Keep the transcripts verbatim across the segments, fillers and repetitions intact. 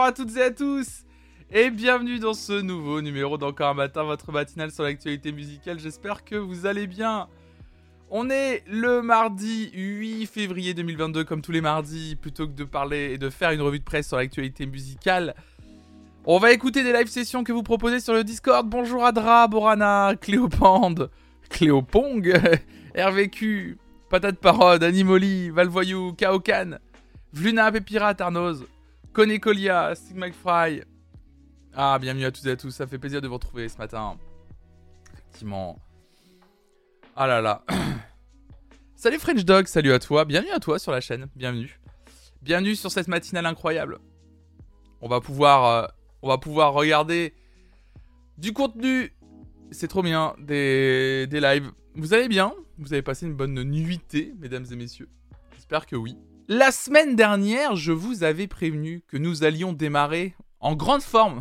à toutes et à tous et bienvenue dans ce nouveau numéro d'Encore un matin, votre matinale sur l'actualité musicale. J'espère que vous allez bien. On est le mardi huit février deux mille vingt-deux, comme tous les mardis. Plutôt que de parler et de faire une revue de presse sur l'actualité musicale, on va écouter des live sessions que vous proposez sur le Discord. Bonjour Adra, Borana, Cléopande, Cléopong, R V Q, Patate Parode, Animoli, Valvoyou, Kaokan, Vluna, Pépirate, Arnoz, Conecolia, Stig McFry. Ah, bienvenue à toutes et à tous, ça fait plaisir de vous retrouver ce matin. Effectivement. Ah là là. Salut French Dog, salut à toi, bienvenue à toi sur la chaîne, bienvenue. Bienvenue sur cette matinale incroyable. On va pouvoir, euh, on va pouvoir regarder du contenu, c'est trop bien, des, des lives. Vous allez bien? Vous avez passé une bonne nuitée, mesdames et messieurs? J'espère que oui. La semaine dernière, je vous avais prévenu que nous allions démarrer en grande forme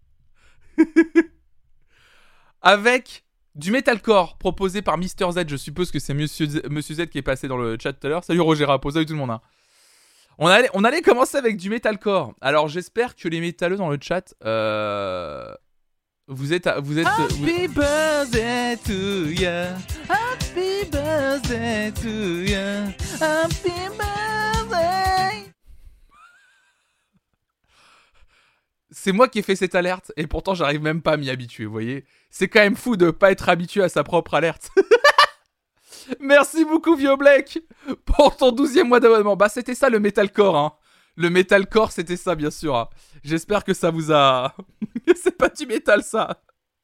avec du metalcore proposé par Mister Z. Je suppose que c'est Monsieur Z, Monsieur Z qui est passé dans le chat tout à l'heure. Salut Roger Rapo, salut tout le monde. Hein. On, allait, on allait commencer avec du metalcore. Alors j'espère que les métalleux dans le chat, euh, vous êtes, vous êtes. Happy vous... birthday to ya, happy birthday to ya, happy birthday. C'est moi qui ai fait cette alerte et pourtant j'arrive même pas à m'y habituer, vous voyez. C'est quand même fou de pas être habitué à sa propre alerte. Merci beaucoup Vio Black pour ton douzième mois d'abonnement. Bah c'était ça le metalcore, hein. Le metalcore c'était ça bien sûr. Hein. J'espère que ça vous a... C'est pas du métal ça.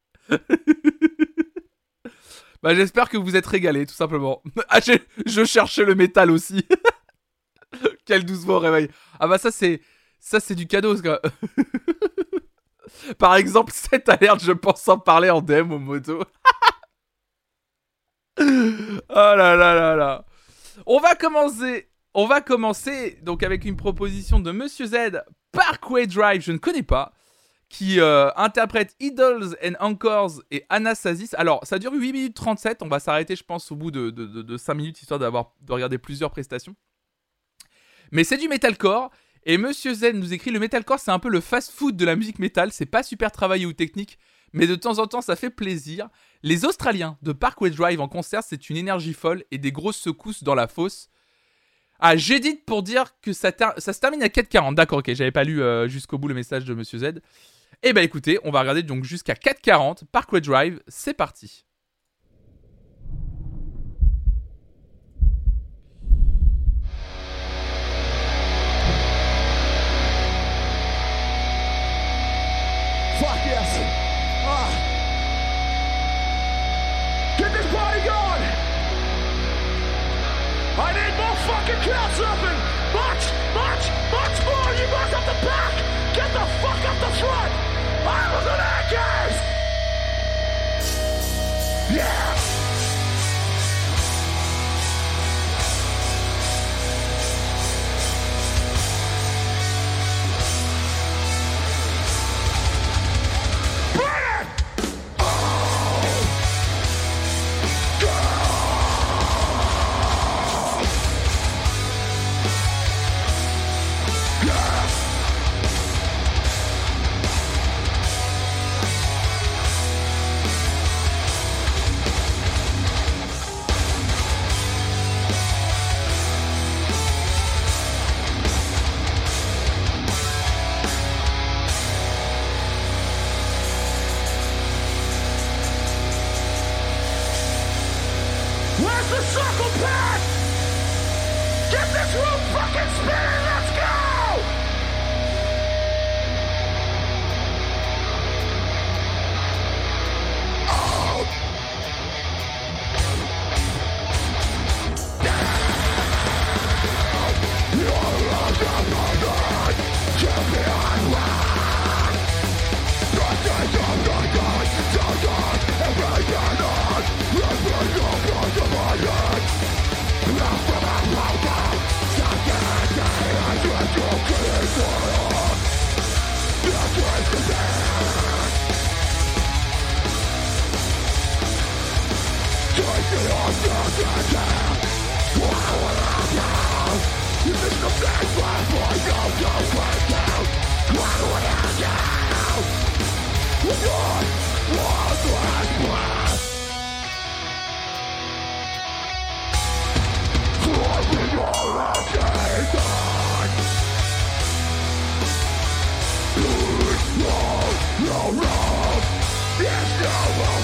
Bah j'espère que vous êtes régalés tout simplement. Ah je, je cherchais le métal aussi. Quelle douce voix au réveil. Ah bah ça c'est... Ça, c'est du cadeau, ce gars. Par exemple, cette alerte, je pense en parler en D M au moto. Oh là là là là. On va commencer. On va commencer donc avec une proposition de Monsieur Z, Parkway Drive, je ne connais pas, qui euh, interprète Idols and Anchors et Anastasis. Alors, ça dure huit minutes trente-sept. On va s'arrêter, je pense, au bout de, de, de, de cinq minutes, histoire d'avoir, de regarder plusieurs prestations. Mais c'est du metalcore. Et Monsieur Z nous écrit, le metalcore c'est un peu le fast-food de la musique métal, c'est pas super travaillé ou technique, mais de temps en temps ça fait plaisir. Les Australiens de Parkway Drive en concert, c'est une énergie folle et des grosses secousses dans la fosse. Ah, j'édite pour dire que ça, ter- ça se termine à quatre quarante, d'accord, ok, j'avais pas lu euh, jusqu'au bout le message de Monsieur Z. Et bah écoutez, on va regarder donc jusqu'à quatre quarante, Parkway Drive, c'est parti. Fuck yes. Ah. Get this party going. I need more fucking crowd surfing. Much, much, much more. You guys at the back. Get the fuck up the front. I was an actors. Yeah.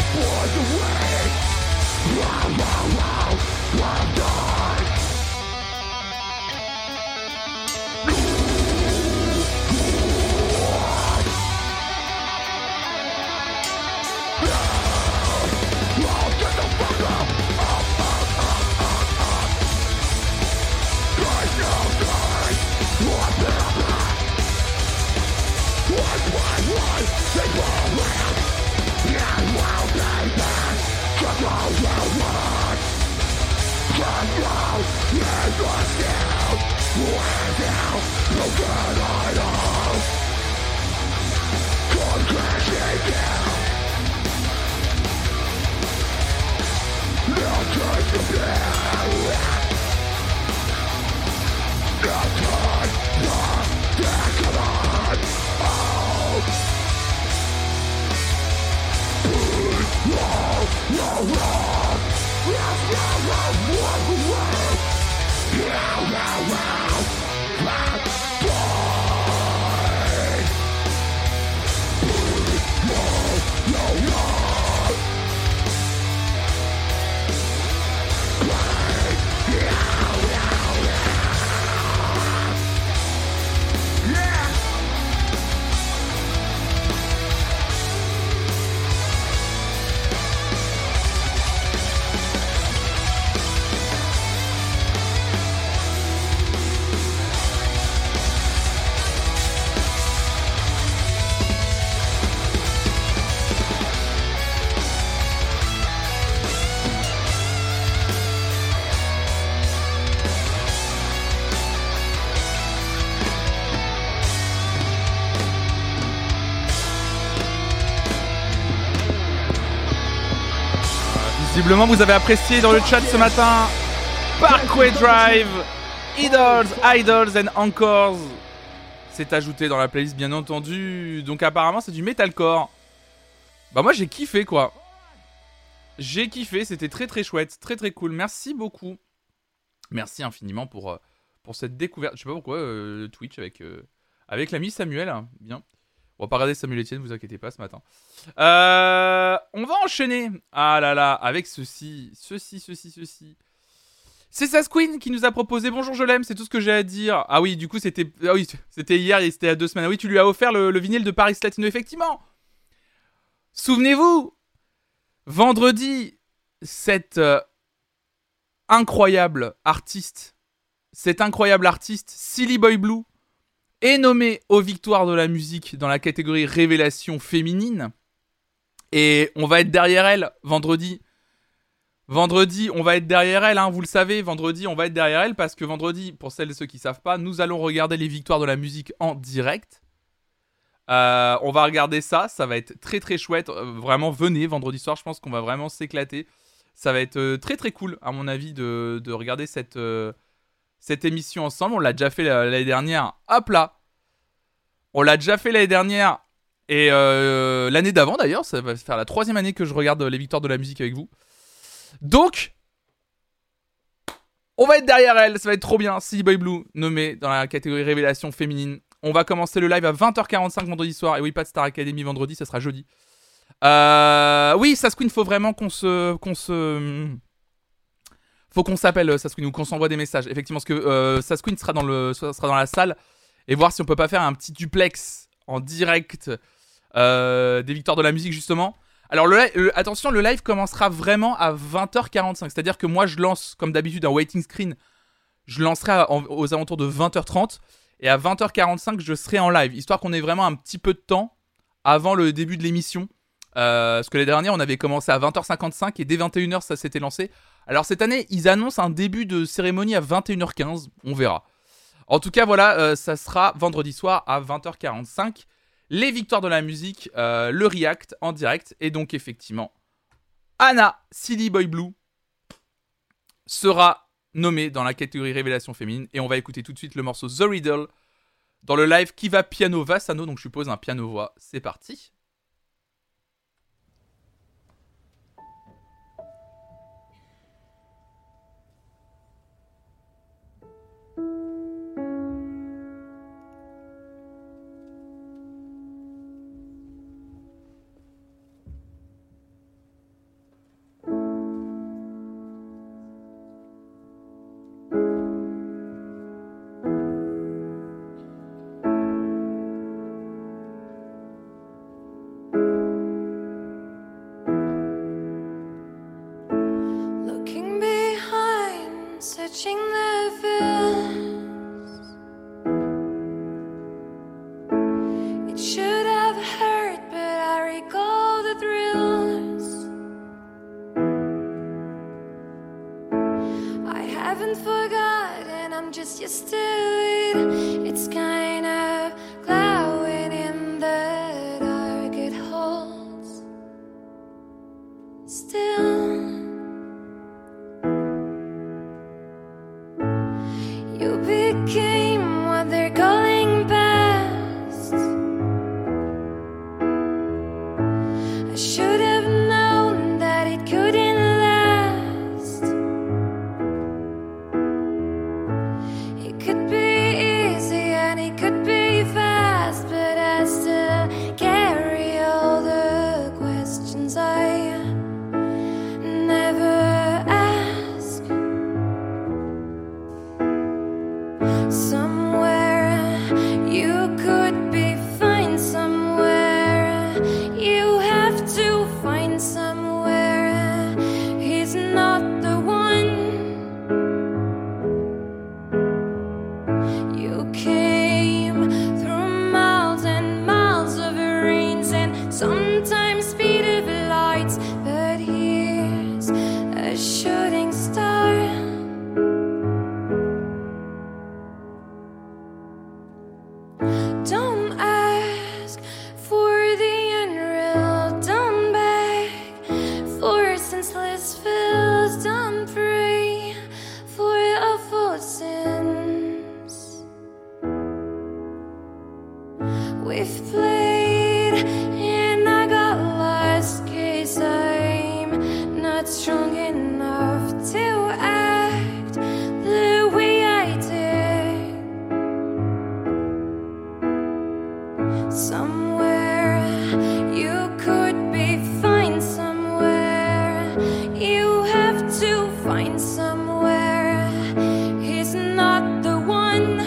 Visiblement, vous avez apprécié dans le chat ce matin Parkway Drive, Idols, Idols and Anchors. C'est ajouté dans la playlist, bien entendu. Donc, apparemment, c'est du metalcore. Bah, moi, j'ai kiffé, quoi. J'ai kiffé, c'était très très chouette, très très cool. Merci beaucoup. Merci infiniment pour, euh, pour cette découverte. Je sais pas pourquoi, euh, Twitch avec, euh, avec l'ami Samuel. Hein. Bien. On va pas regarder Samuel Etienne, vous inquiétez pas ce matin. Euh, on va enchaîner. Ah là là, avec ceci, ceci, ceci, ceci. C'est Sasquin qui nous a proposé. Bonjour, je l'aime, c'est tout ce que j'ai à dire. Ah oui, du coup, c'était ah oui, c'était hier, c'était il y a deux semaines. Ah oui, tu lui as offert le, le vinyle de Paris Latino, effectivement. Souvenez-vous, vendredi, cette euh, incroyable artiste, cet incroyable artiste, Silly Boy Blue, est nommée aux victoires de la musique dans la catégorie révélation féminine. Et on va être derrière elle vendredi. Vendredi, on va être derrière elle, hein, vous le savez. Vendredi, on va être derrière elle parce que vendredi, pour celles et ceux qui ne savent pas, nous allons regarder les victoires de la musique en direct. Euh, on va regarder ça, ça va être très très chouette. Euh, vraiment, venez vendredi soir, je pense qu'on va vraiment s'éclater. Ça va être euh, très très cool, à mon avis, de, de regarder cette... Euh, cette émission ensemble. On l'a déjà fait l'année dernière. Hop là. On l'a déjà fait l'année dernière. Et euh, l'année d'avant d'ailleurs. Ça va faire la troisième année que je regarde les victoires de la musique avec vous. Donc, on va être derrière elle. Ça va être trop bien. Silly Boy Blue, nommé dans la catégorie révélation féminine. On va commencer le live à vingt heures quarante-cinq vendredi soir. Et oui, pas de Star Academy vendredi. Ça sera jeudi. Euh, oui, Sasquin, il faut vraiment qu'on se... Qu'on se Faut qu'on s'appelle euh, Sasquin ou qu'on s'envoie des messages. Effectivement, parce que euh, Sasquin sera dans, le, sera dans la salle et voir si on peut pas faire un petit duplex en direct euh, des victoires de la musique, justement. Alors, le, le, attention, le live commencera vraiment à vingt heures quarante-cinq. C'est-à-dire que moi, je lance, comme d'habitude, un waiting screen. Je lancerai à, en, aux alentours de vingt heures trente. Et à vingt heures quarante-cinq, je serai en live. Histoire qu'on ait vraiment un petit peu de temps avant le début de l'émission. Euh, parce que l'année dernière, on avait commencé à vingt heures cinquante-cinq et dès vingt et une heures, ça s'était lancé. Alors cette année, ils annoncent un début de cérémonie à vingt et une heures quinze. On verra. En tout cas, voilà, euh, ça sera vendredi soir à vingt heures quarante-cinq. Les victoires de la musique, euh, le react en direct. Et donc, effectivement, Anna, Silly Boy Blue, sera nommée dans la catégorie révélation féminine. Et on va écouter tout de suite le morceau The Riddle dans le live qui va piano Vassano. Donc, je suppose un piano-voix. C'est parti. watching the films. It should have hurt, but I recall the thrills. I haven't forgotten, I'm just used to it. It's kind of glowing in the dark it holds. Still, you became what they're calling past. I should have known that it couldn't last. It could be easy and it could be fast, but I still carry all the questions I never ask. Somewhere you could be fine, somewhere you have to find somewhere. He's not the one. You came through miles and miles of rains and sometimes speed of lights, but here's a shooting star. Don't ask for the unreal, don't beg for senseless fills, don't pray for awful sins. We've played and I got lost, 'cause I'm not strong enough to act the way I did. Somewhere you could be fine, somewhere you have to find somewhere. He's not the one.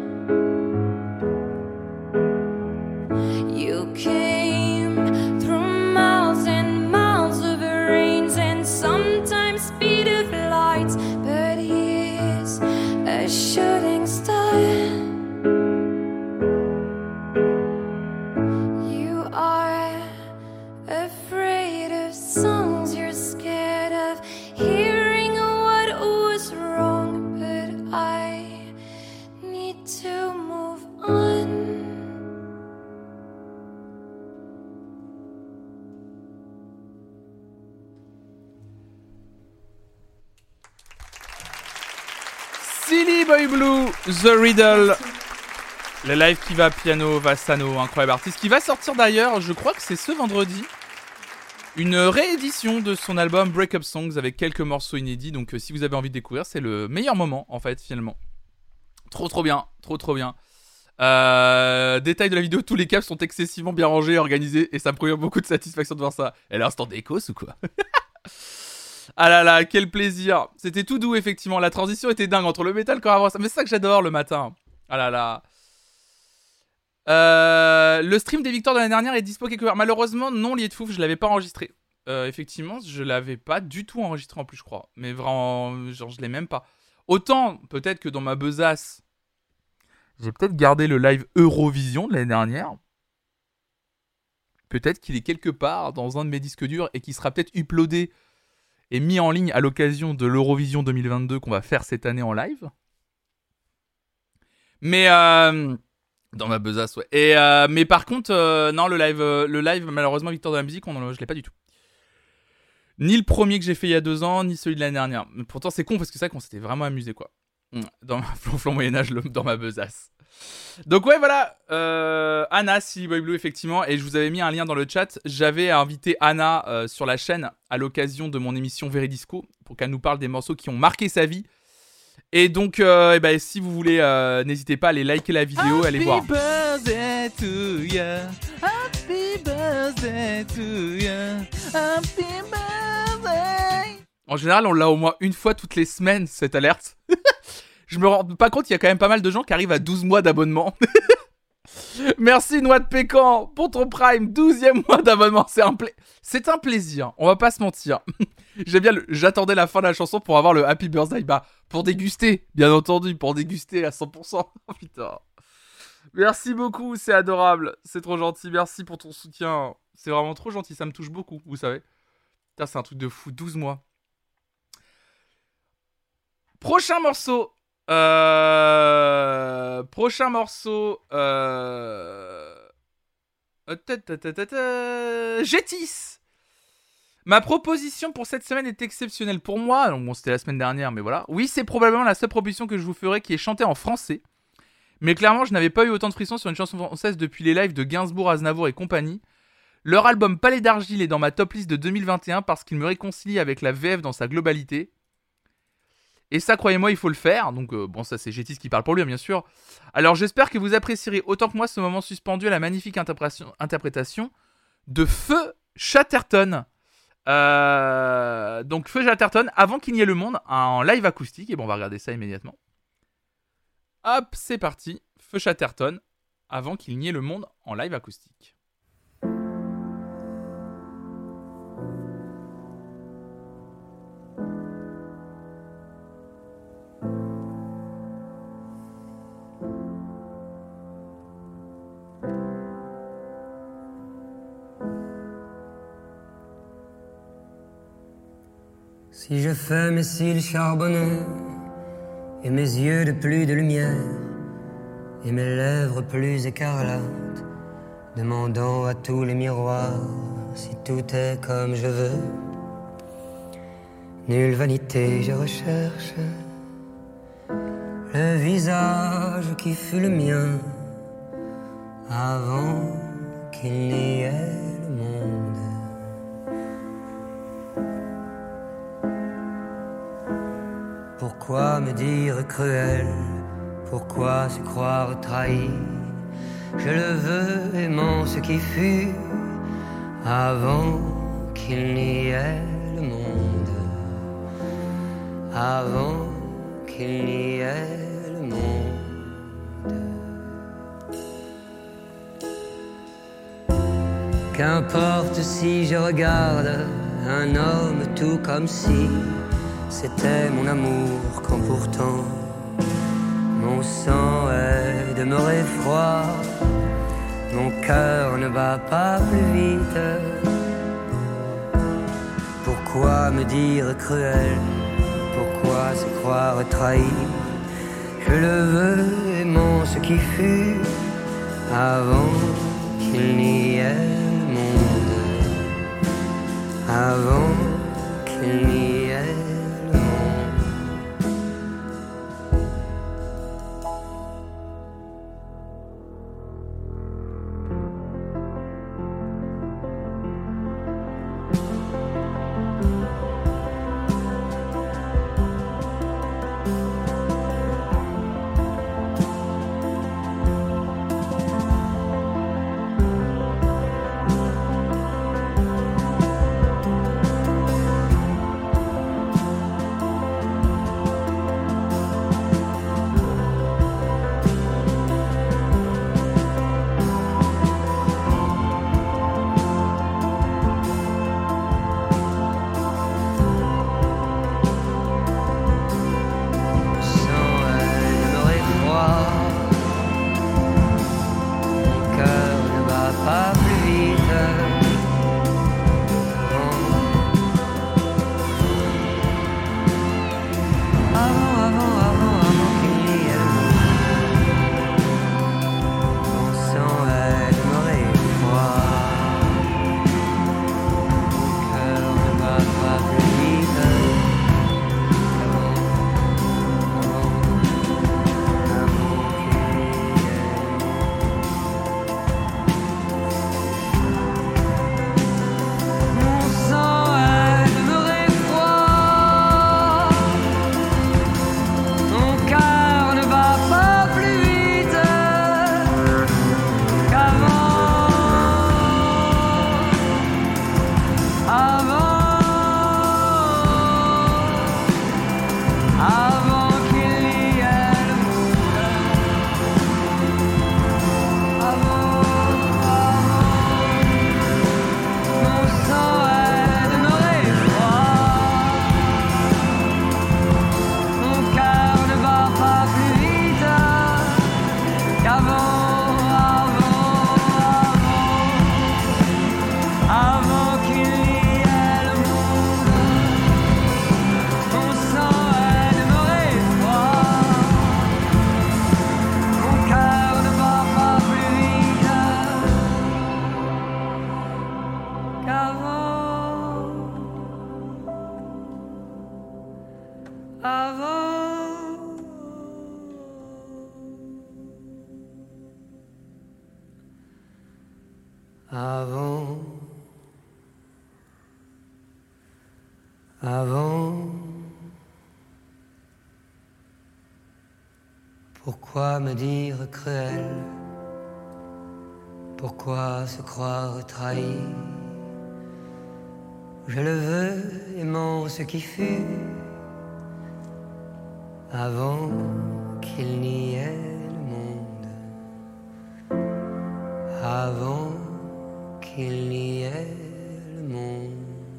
You came through miles and miles of rains and sometimes speed of lights, but he's a shooting star. You are afraid of songs, you're scared of hearing what was wrong, but I need to move on. Silly Boy Blue, The Riddle. Le live qui va piano, Vassano, incroyable artiste, qui va sortir d'ailleurs, je crois que c'est ce vendredi, une réédition de son album Break Up Songs avec quelques morceaux inédits. Donc euh, si vous avez envie de découvrir, c'est le meilleur moment en fait finalement. Trop trop bien, trop trop bien. Euh, détail de la vidéo, tous les câbles sont excessivement bien rangés et organisés et ça me procure beaucoup de satisfaction de voir ça. Elle a un stand d'écos ou quoi? Ah là là, quel plaisir. C'était tout doux effectivement, la transition était dingue entre le métal quand avant ça. Mais c'est ça que j'adore le matin. Ah là là. Euh, le stream des victoires de l'année dernière est dispo quelque part. Malheureusement, non, Lié de Fouf, je l'avais pas enregistré. Euh, effectivement, je l'avais pas du tout enregistré en plus, je crois. Mais vraiment, genre, je l'ai même pas. Autant, peut-être que dans ma besace, j'ai peut-être gardé le live Eurovision de l'année dernière. Peut-être qu'il est quelque part dans un de mes disques durs et qu'il sera peut-être uploadé et mis en ligne à l'occasion de l'Eurovision deux mille vingt-deux qu'on va faire cette année en live. Mais euh, dans ma besace, ouais. Et euh, mais par contre, euh, non, le live, euh, le live, malheureusement, Victoire de la musique, on, je l'ai pas du tout. Ni le premier que j'ai fait il y a deux ans, ni celui de l'année dernière. Mais pourtant, c'est con parce que c'est vrai qu'on s'était vraiment amusé, quoi. Dans ma flonflon Moyen-Âge, dans ma besace. Donc ouais, voilà, euh, Anna, Silly Boy Blue, effectivement, et je vous avais mis un lien dans le chat. J'avais invité Anna euh, sur la chaîne à l'occasion de mon émission Veridisco pour qu'elle nous parle des morceaux qui ont marqué sa vie. Et donc, euh, et ben, si vous voulez, euh, n'hésitez pas à aller liker la vidéo, allez voir. Happy birthday to ya, happy birthday to ya, happy birthday. En général, on l'a au moins une fois toutes les semaines, cette alerte. Je me rends pas compte, il y a quand même pas mal de gens qui arrivent à douze mois d'abonnement. Merci Noix de Pécan pour ton Prime, douzième mois d'abonnement. C'est un, pla... c'est un plaisir, on va pas se mentir. J'aime bien le... J'attendais la fin de la chanson pour avoir le Happy Birthday. Bah, pour déguster, bien entendu, pour déguster à cent pour cent. Oh putain. Merci beaucoup, c'est adorable. C'est trop gentil, merci pour ton soutien. C'est vraiment trop gentil, ça me touche beaucoup, vous savez. Putain, c'est un truc de fou, douze mois. Prochain morceau. Euh... Prochain morceau. Euh... Gétis. Ma proposition pour cette semaine est exceptionnelle pour moi. Donc bon, c'était la semaine dernière, mais voilà. Oui, c'est probablement la seule proposition que je vous ferai qui est chantée en français. Mais clairement, je n'avais pas eu autant de frissons sur une chanson française depuis les lives de Gainsbourg, Aznavour et compagnie. Leur album Palais d'Argile est dans ma top liste de deux mille vingt et un parce qu'il me réconcilie avec la V F dans sa globalité. Et ça, croyez-moi, il faut le faire. Donc, euh, bon, ça, c'est Gétis qui parle pour lui, bien sûr. Alors, j'espère que vous apprécierez autant que moi ce moment suspendu à la magnifique interprétation, interprétation de Feu Chatterton. Euh, donc, Feu Chatterton, Avant qu'il n'y ait le monde, en live acoustique. Et bon, on va regarder ça immédiatement. Hop, c'est parti. Feu Chatterton, Avant qu'il n'y ait le monde, en live acoustique. Si je fais mes cils charbonneux et mes yeux de plus de lumière et mes lèvres plus écarlates, demandant à tous les miroirs si tout est comme je veux, nulle vanité je recherche le visage qui fut le mien avant qu'il n'y ait le monde. Pourquoi me dire cruel? Pourquoi se croire trahi? Je le veux aimant ce qui fut avant qu'il n'y ait le monde. Avant qu'il n'y ait le monde. Qu'importe si je regarde un homme tout comme si c'était mon amour, quand pourtant mon sang est demeuré froid, mon cœur ne bat pas plus vite. Pourquoi me dire cruel? Pourquoi se croire trahi? Je le veux aimant ce qui fut avant qu'il n'y ait le monde. Avant qu'il n'y ait avant qu'il n'y ait le monde. Mon sang est demeuré froid, mon cœur ne bat pas plus vite qu'avant, avant, avant, avant. Pourquoi me dire cruel? Pourquoi se croire trahi? Je le veux, aimant ce qui fut, avant qu'il n'y ait le monde, avant qu'il n'y ait le monde.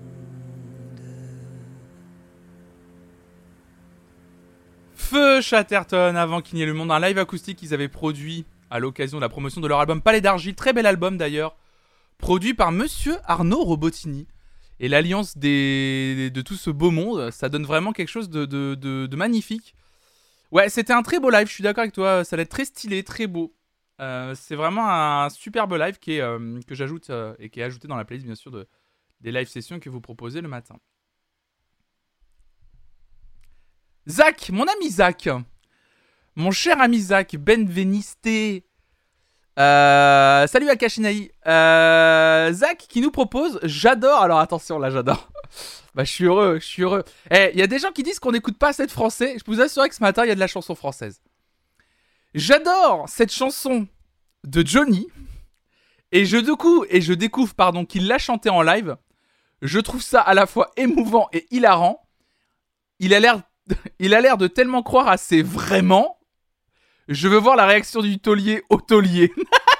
Feu Chatterton, avant qu'il n'y ait le monde, un live acoustique qu'ils avaient produit à l'occasion de la promotion de leur album Palais d'Argile, très bel album d'ailleurs, produit par Monsieur Arnaud Robotini. Et l'alliance des, de tout ce beau monde, ça donne vraiment quelque chose de, de, de, de magnifique. Ouais, c'était un très beau live, je suis d'accord avec toi, ça allait être très stylé, très beau. Euh, c'est vraiment un superbe live qui est, euh, que j'ajoute euh, et qui est ajouté dans la playlist bien sûr de, des live sessions que vous proposez le matin. Zach, mon ami Zach, mon cher ami Zach, Benveniste, euh, salut Akashinaï, euh, Zach qui nous propose, j'adore, alors attention là j'adore, bah je suis heureux, je suis heureux, eh, il y a des gens qui disent qu'on n'écoute pas assez de français, je peux vous assurer que ce matin il y a de la chanson française. J'adore cette chanson de Johnny, et je, découvre, et je découvre pardon, qu'il l'a chantée en live, je trouve ça à la fois émouvant et hilarant, il a l'air... Il a l'air de tellement croire à ses vraiment. Je veux voir la réaction du taulier au taulier.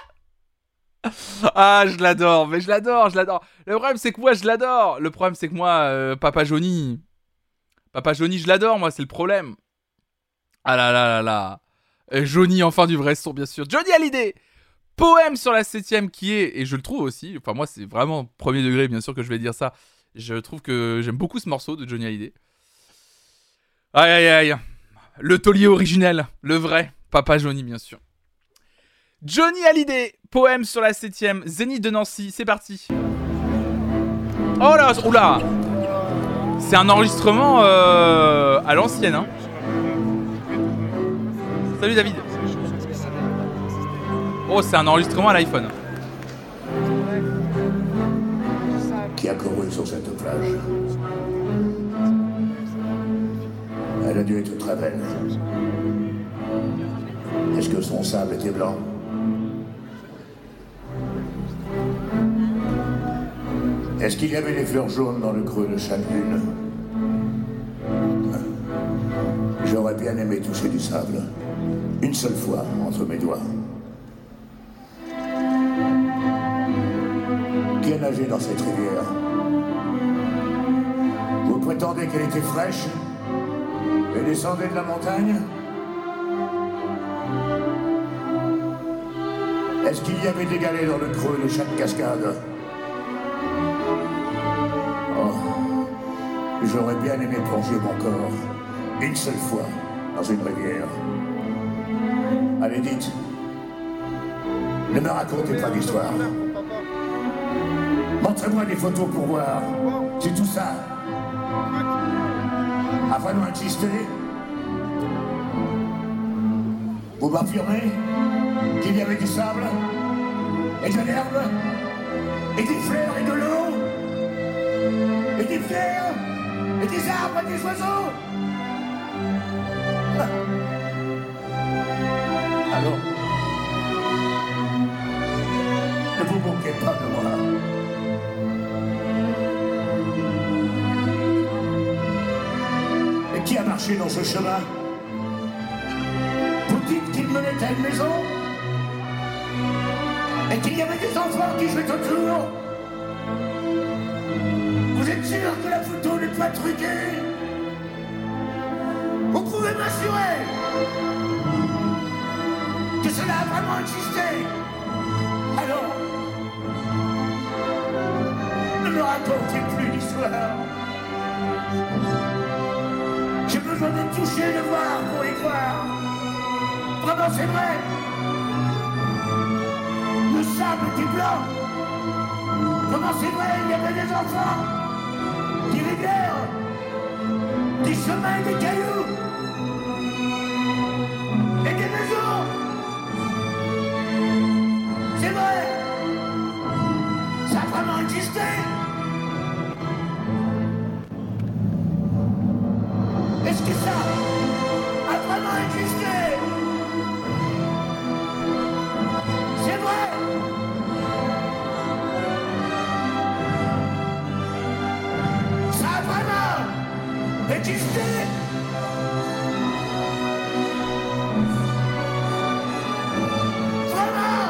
Ah, je l'adore, mais je l'adore, je l'adore. Le problème, c'est que moi, je l'adore. Le problème, c'est que moi, euh, Papa Johnny... Papa Johnny, je l'adore, moi, c'est le problème. Ah là là là là. Euh, Johnny, enfin du vrai son, bien sûr. Johnny Hallyday. Poème sur la septième qui est, et je le trouve aussi, enfin moi, c'est vraiment premier degré, bien sûr que je vais dire ça. Je trouve que j'aime beaucoup ce morceau de Johnny Hallyday. Aïe aïe aïe, le taulier originel, le vrai, Papa Johnny bien sûr. Johnny Hallyday, poème sur la septième, Zénith de Nancy, c'est parti. Oh là, oula, c'est un enregistrement euh, à l'ancienne. Hein. Salut David. Oh, c'est un enregistrement à l'iPhone. Qui a couru sur cette plage? Elle a dû être très belle. Est-ce que son sable était blanc? Est-ce qu'il y avait des fleurs jaunes dans le creux de chaque dune? J'aurais bien aimé toucher du sable, une seule fois, entre mes doigts. Qui a nagé dans cette rivière? Vous prétendez qu'elle était fraîche? Et descendait de la montagne? Est-ce qu'il y avait des galets dans le creux de chaque cascade? Oh, j'aurais bien aimé plonger mon corps, une seule fois, dans une rivière. Allez, dites, ne me racontez pas d'histoire. Montrez-moi des photos pour voir. C'est tout ça. A vraiment existé? Vous m'affirmez qu'il y avait du sable, et de l'herbe, et des fleurs, et de l'eau, et des pierres, et des arbres, et des oiseaux? Ah. Alors, ne vous moquez pas de moi. Qui a marché dans ce chemin? Vous dites qu'il menait à une maison? Et qu'il y avait des enfants qui jouaient autour? Vous êtes sûr que la photo n'est pas truquée? Vous pouvez m'assurer que cela a vraiment existé? Alors, racontez plus d'histoire. J'ai besoin de toucher, de voir pour y croire. Vraiment, c'est vrai. Le sable était blanc. Comment c'est vrai, il y avait des enfants, des rivières, des chemins, des cailloux, et des maisons. C'est vrai. Ça a vraiment existé. Est-ce que ça a vraiment existé? C'est vrai. Ça a vraiment existé. Vraiment.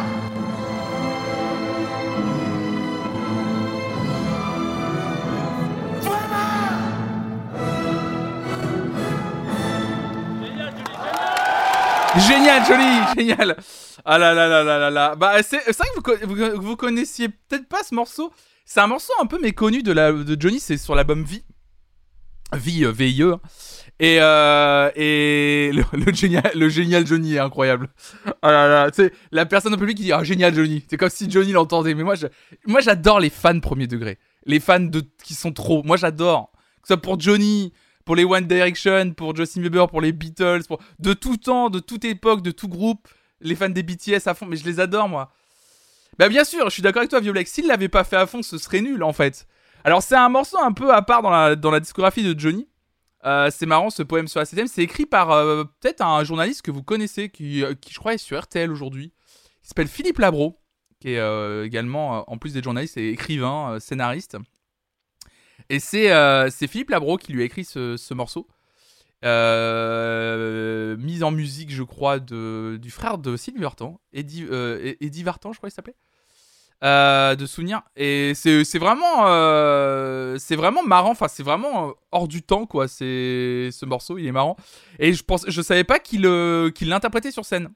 Génial, joli, génial. Ah là là là là là là. Bah c'est, c'est vrai que vous, co- vous, vous connaissiez peut-être pas ce morceau. C'est un morceau un peu méconnu de, la, de Johnny, c'est sur l'album V. V, euh, V I E. Et, euh, et le, le, génial, le génial Johnny est incroyable. Ah là là, tu sais, la personne au public qui dit ah génial Johnny. C'est comme si Johnny l'entendait. Mais moi, je, moi j'adore les fans premier degré. Les fans de, qui sont trop. Moi j'adore. Que ce soit pour Johnny, pour les One Direction, pour Justin Bieber, pour les Beatles, pour... de tout temps, de toute époque, de tout groupe. Les fans des B T S à fond, mais je les adore moi. Bah bien sûr, je suis d'accord avec toi Violex. S'il l'avait pas fait à fond, ce serait nul en fait. Alors c'est un morceau un peu à part dans la, dans la discographie de Johnny. Euh, c'est marrant ce poème sur la septième. C'est écrit par euh, peut-être un journaliste que vous connaissez, qui, euh, qui je crois est sur R T L aujourd'hui. Il s'appelle Philippe Labro, qui est euh, également, euh, en plus d'être journaliste, est écrivain, euh, scénariste. Et c'est, euh, c'est Philippe Labro qui lui a écrit ce, ce morceau. Euh, mise en musique, je crois, de, du frère de Sylvie Vartan, Eddie, euh, Eddie Vartan, je crois qu'il s'appelait. Euh, de souvenirs. Et c'est, c'est vraiment euh, c'est vraiment marrant, enfin c'est vraiment hors du temps quoi, c'est, ce morceau il est marrant. Et je, pense, je savais pas qu'il, euh, qu'il l'interprétait sur scène.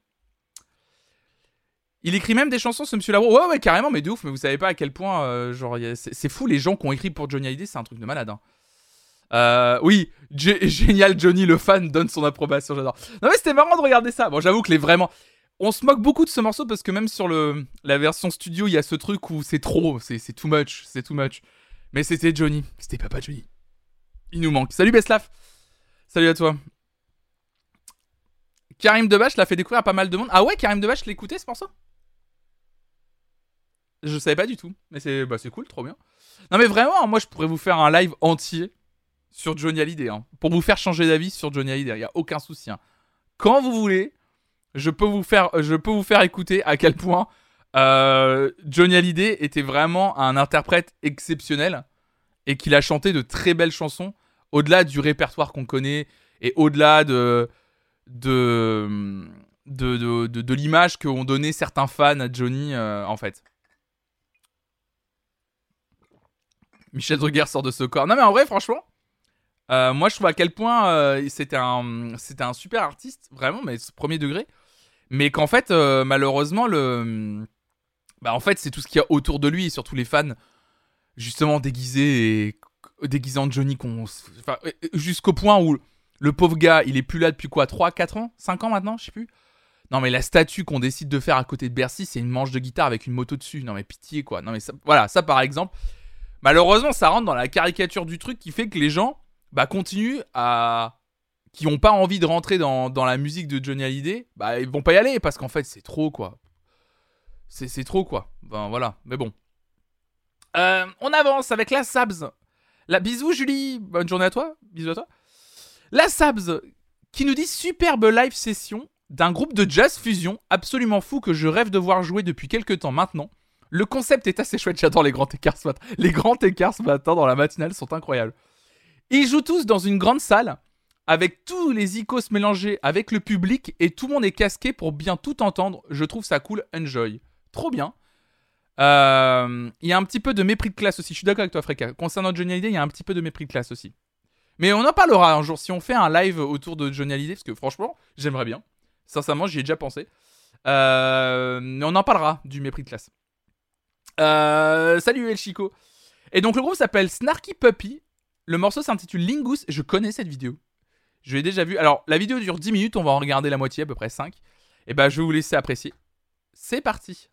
Il écrit même des chansons ce monsieur Labro. Ouais ouais carrément, mais de ouf. Mais vous savez pas à quel point euh, genre, a, c'est, c'est fou les gens qui ont écrit pour Johnny Hallyday, c'est un truc de malade hein. Euh, oui, G- génial Johnny le fan donne son approbation, j'adore. Non mais c'était marrant de regarder ça. Bon j'avoue que les vraiment... On se moque beaucoup de ce morceau parce que même sur le, la version studio, il y a ce truc où c'est trop, c'est, c'est too much, c'est too much. Mais c'était Johnny, c'était papa Johnny. Il nous manque. Salut Beslaf. Salut à toi. Karim Debache l'a fait découvrir à pas mal de monde. Ah ouais, Karim Debache l'écoutait ce morceau ? Je savais pas du tout. Mais c'est, bah, c'est cool, trop bien. Non mais vraiment, moi je pourrais vous faire un live entier sur Johnny Hallyday. Hein, pour vous faire changer d'avis sur Johnny Hallyday, il n'y a aucun souci. Hein. Quand vous voulez... Je peux vous faire, je peux vous faire écouter à quel point euh, Johnny Hallyday était vraiment un interprète exceptionnel et qu'il a chanté de très belles chansons au-delà du répertoire qu'on connaît et au-delà de de de, de, de, de l'image qu'ont donné certains fans à Johnny euh, en fait. Michel Drucker sort de ce corps. Non mais en vrai franchement, euh, moi je trouve à quel point euh, c'était un c'était un super artiste vraiment, mais premier degré. Mais qu'en fait, euh, malheureusement, le... bah, en fait, c'est tout ce qu'il y a autour de lui, et surtout les fans, justement, déguisés, et... déguisés en Johnny, qu'on... enfin, jusqu'au point où le pauvre gars, il est plus là depuis quoi, trois, quatre ans, cinq ans maintenant, je sais plus. Non mais la statue qu'on décide de faire à côté de Bercy, c'est une manche de guitare avec une moto dessus. Non mais pitié quoi. Non mais ça... voilà, ça par exemple. Malheureusement, ça rentre dans la caricature du truc qui fait que les gens bah, continuent à... qui n'ont pas envie de rentrer dans, dans la musique de Johnny Hallyday, bah ils vont pas y aller parce qu'en fait c'est trop quoi. C'est, c'est trop quoi. Ben voilà, mais bon. Euh, on avance avec la Sabs. La bisous Julie, bonne journée à toi. Bisous à toi. La Sabs qui nous dit superbe live session d'un groupe de jazz fusion absolument fou que je rêve de voir jouer depuis quelques temps maintenant. Le concept est assez chouette, j'adore les grands écarts ce matin. Les grands écarts ce matin dans la matinale sont incroyables. Ils jouent tous dans une grande salle avec tous les icônes mélangés avec le public et tout le monde est casqué pour bien tout entendre. Je trouve ça cool, enjoy. Trop bien. Il euh, y a un petit peu de mépris de classe aussi. Je suis d'accord avec toi, Freka. Concernant Johnny Hallyday, il y a un petit peu de mépris de classe aussi. Mais on en parlera un jour si on fait un live autour de Johnny Hallyday, parce que franchement, j'aimerais bien. Sincèrement, j'y ai déjà pensé. Euh, mais on en parlera du mépris de classe. Euh, salut El Chico. Et donc le groupe s'appelle Snarky Puppy. Le morceau s'intitule Lingus. Je connais cette vidéo. Je l'ai déjà vue. Alors la vidéo dure dix minutes, on va en regarder la moitié, à peu près cinq. Et bah je vais vous laisser apprécier. C'est parti.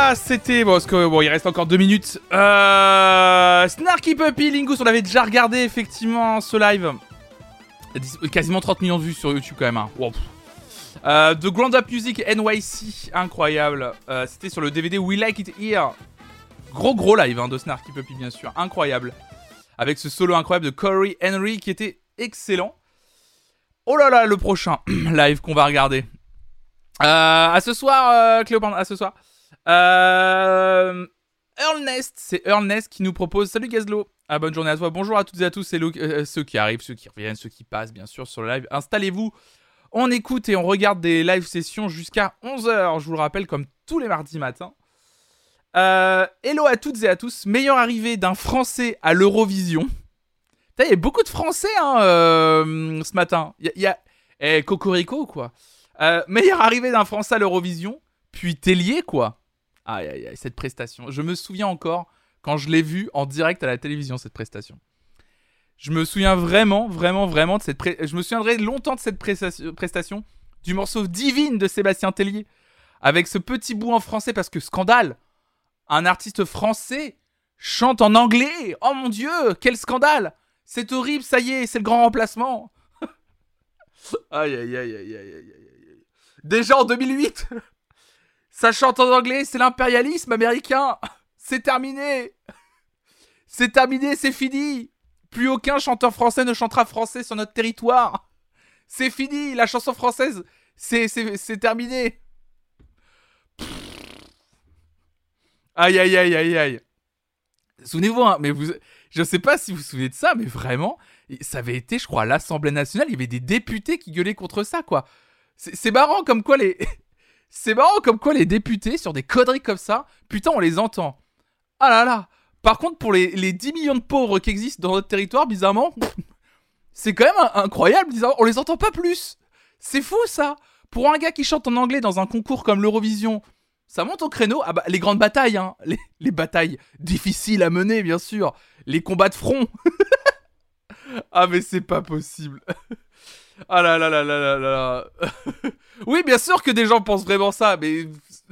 ça, c'était... Bon, parce que bon, il reste encore deux minutes. Euh... Snarky Puppy, Lingus, on l'avait déjà regardé, effectivement, ce live. Quasiment trente millions de vues sur YouTube, quand même. Hein. Wow. Euh, The Ground Up Music N Y C, incroyable. Euh, c'était sur le D V D We Like It Here. Gros, gros live hein, de Snarky Puppy, bien sûr. Incroyable. Avec ce solo incroyable de Corey Henry, qui était excellent. Oh là là, le prochain live qu'on va regarder. Euh, à ce soir, euh, Cléopâtre, à ce soir. Euh, Earl Nest, c'est Earl Nest qui nous propose. Salut Gazlo, ah, bonne journée à toi. Bonjour à toutes et à tous, c'est le, euh, ceux qui arrivent, ceux qui reviennent, ceux qui passent, bien sûr, sur le live. Installez-vous, on écoute et on regarde des live sessions jusqu'à onze heures. Je vous le rappelle, comme tous les mardis matins. Euh, hello à toutes et à tous. Meilleure arrivée d'un Français à l'Eurovision. Il y a beaucoup de Français hein, euh, ce matin. Il y a, y a... Eh, Cocorico, quoi. Euh, meilleure arrivée d'un Français à l'Eurovision, puis Tellier, quoi. Aïe, aïe, aïe, cette prestation. Je me souviens encore quand je l'ai vue en direct à la télévision, cette prestation. Je me souviens vraiment, vraiment, vraiment de cette... Pré... Je me souviendrai longtemps de cette prestation du morceau Divine de Sébastien Tellier, avec ce petit bout en français, parce que scandale, un artiste français chante en anglais. Oh mon Dieu, quel scandale. C'est horrible, ça y est, c'est le grand remplacement. Aïe, aïe, aïe, aïe, aïe, aïe, aïe. Déjà en deux mille huit, ça chante en anglais, c'est l'impérialisme américain. C'est terminé. C'est terminé, c'est fini. Plus aucun chanteur français ne chantera français sur notre territoire. C'est fini, la chanson française, c'est, c'est, c'est terminé. Aïe, aïe, aïe, aïe, aïe. Souvenez-vous, hein, mais vous, je sais pas si vous vous souvenez de ça, mais vraiment, ça avait été, je crois, à l'Assemblée nationale, il y avait des députés qui gueulaient contre ça, quoi. C'est, c'est marrant comme quoi les... c'est marrant comme quoi les députés, sur des conneries comme ça, putain, on les entend. Ah là là. Par contre, pour les, les dix millions de pauvres qui existent dans notre territoire, bizarrement, c'est quand même incroyable, bizarrement, on les entend pas plus. C'est fou, ça. Pour un gars qui chante en anglais dans un concours comme l'Eurovision, ça monte au créneau. Ah bah, les grandes batailles, hein. Les, les batailles difficiles à mener, bien sûr. Les combats de front. Ah, mais c'est pas possible. Ah là là là là là là. Oui, bien sûr que des gens pensent vraiment ça, mais...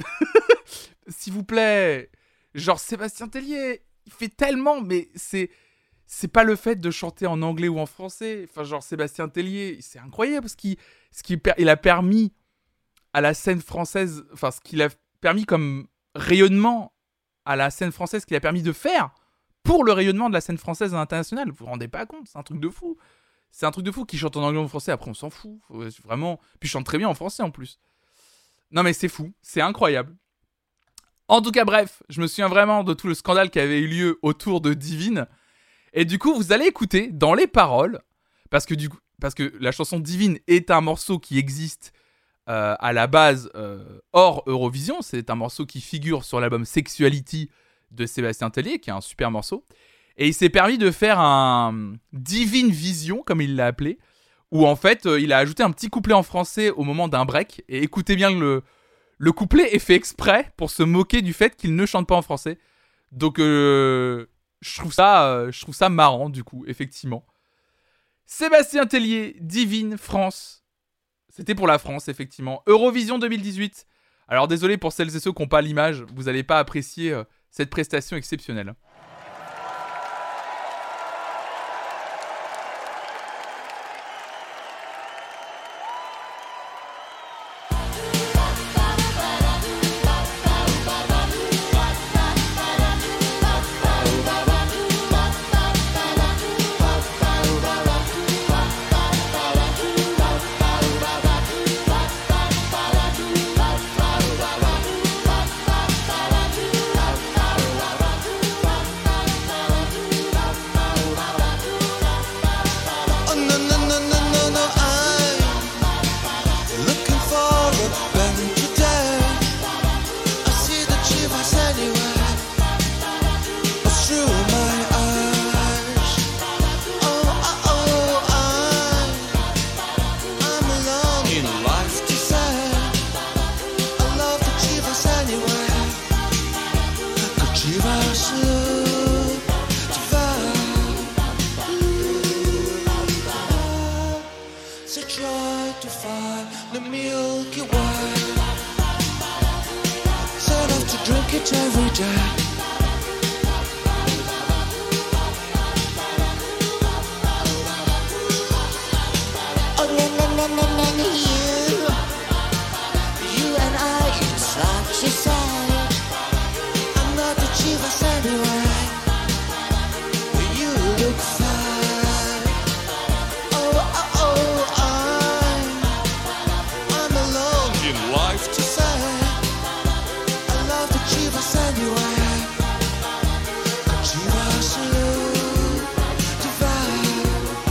S'il vous plaît. Genre, Sébastien Tellier, il fait tellement, mais c'est... C'est pas le fait de chanter en anglais ou en français. Enfin, genre, Sébastien Tellier, c'est incroyable ce qu'il, ce qu'il il a permis à la scène française... Enfin, ce qu'il a permis comme rayonnement à la scène française, qu'il a permis de faire pour le rayonnement de la scène française à l'international. Vous vous rendez pas compte, c'est un truc de fou. C'est un truc de fou qui chante en anglais ou en français, après on s'en fout. Vraiment. Puis il chante très bien en français en plus. Non mais c'est fou, c'est incroyable. En tout cas, bref, je me souviens vraiment de tout le scandale qui avait eu lieu autour de Divine. Et du coup, vous allez écouter dans les paroles, parce que, du coup, parce que la chanson Divine est un morceau qui existe euh, à la base euh, hors Eurovision. C'est un morceau qui figure sur l'album Sexuality de Sébastien Tellier, qui est un super morceau. Et il s'est permis de faire un Divine Vision, comme il l'a appelé, où en fait, euh, il a ajouté un petit couplet en français au moment d'un break. Et écoutez bien, le, le couplet est fait exprès pour se moquer du fait qu'il ne chante pas en français. Donc, euh, je trouve ça, euh, je trouve ça marrant, du coup, effectivement. Sébastien Tellier, Divine, France. C'était pour la France, effectivement. Eurovision deux mille dix-huit. Alors, désolé pour celles et ceux qui n'ont pas l'image, vous n'allez pas apprécier euh, cette prestation exceptionnelle. Jack. Oh, na na na na na na, you, you and I, it's like you said. I'm not the chief anyway. You look fine. Oh, oh, oh, I'm, I'm alone in life to say. I love the Chivas anyway. Chivas look divine.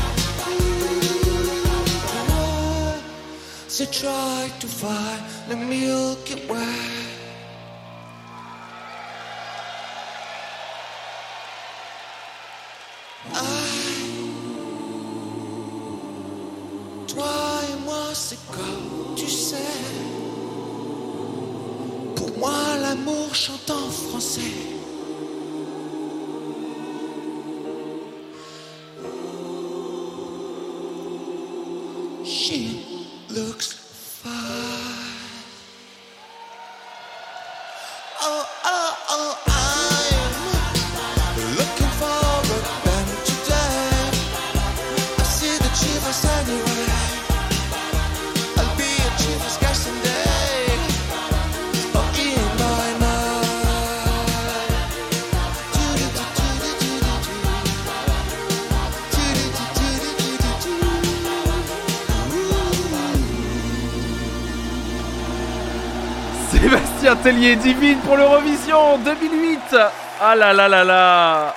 So try to find the Milky Way. Toi et moi c'est comme tu sais. Pour moi l'amour chante en français. She looks fine. Oh, oh, oh, I'm looking for a band today. I see the Chivas anyway. I'll be a Chivas guy someday. Oh, in my mind. Do-do-do-do-do-do-do. Do-do-do-do-do-do-do. Sébastien Tellier, Divine pour l'Eurovision deux mille huit. Ah là là là là.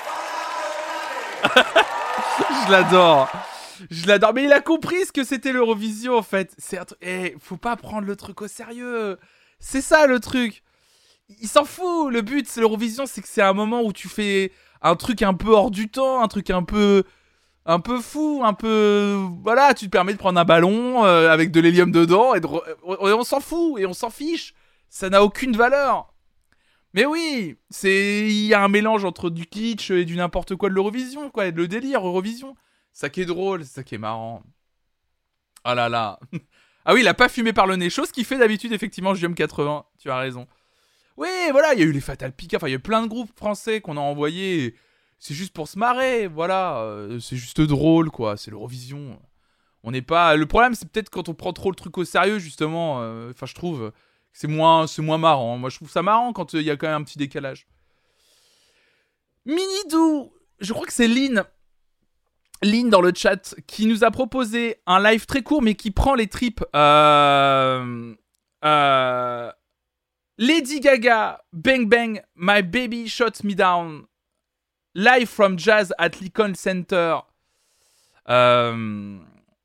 Je l'adore. Je l'adore. Mais il a compris ce que c'était l'Eurovision en fait. C'est un truc. Eh, faut pas prendre le truc au sérieux. C'est ça le truc. Il s'en fout. Le but, c'est l'Eurovision, c'est que c'est un moment où tu fais un truc un peu hors du temps, un truc un peu. Un peu fou, un peu. Voilà, tu te permets de prendre un ballon euh, avec de l'hélium dedans et, de... et on s'en fout et on s'en fiche. Ça n'a aucune valeur. Mais oui, c'est il y a un mélange entre du kitsch et du n'importe quoi de l'Eurovision, quoi, et de le délire Eurovision. Ça qui est drôle, c'est ça qui est marrant. Ah là là. Ah oui, il a pas fumé par le nez, chose qu'il fait d'habitude effectivement J M quatre-vingts. Tu as raison. Oui, voilà, il y a eu les Fatal Pika, enfin il y a eu plein de groupes français qu'on a envoyés. C'est juste pour se marrer, voilà. Euh, c'est juste drôle, quoi. C'est l'Eurovision. On n'est pas. Le problème, c'est peut-être quand on prend trop le truc au sérieux, justement. Euh, enfin, je trouve. C'est moins, c'est moins marrant. Moi, je trouve ça marrant quand il euh, y a quand même un petit décalage. Minidou, je crois que c'est Lynn, Lynn dans le chat, qui nous a proposé un live très court, mais qui prend les tripes. Euh, euh, Lady Gaga, Bang Bang, My Baby Shot Me Down, live from Jazz at Lincoln Center. Euh...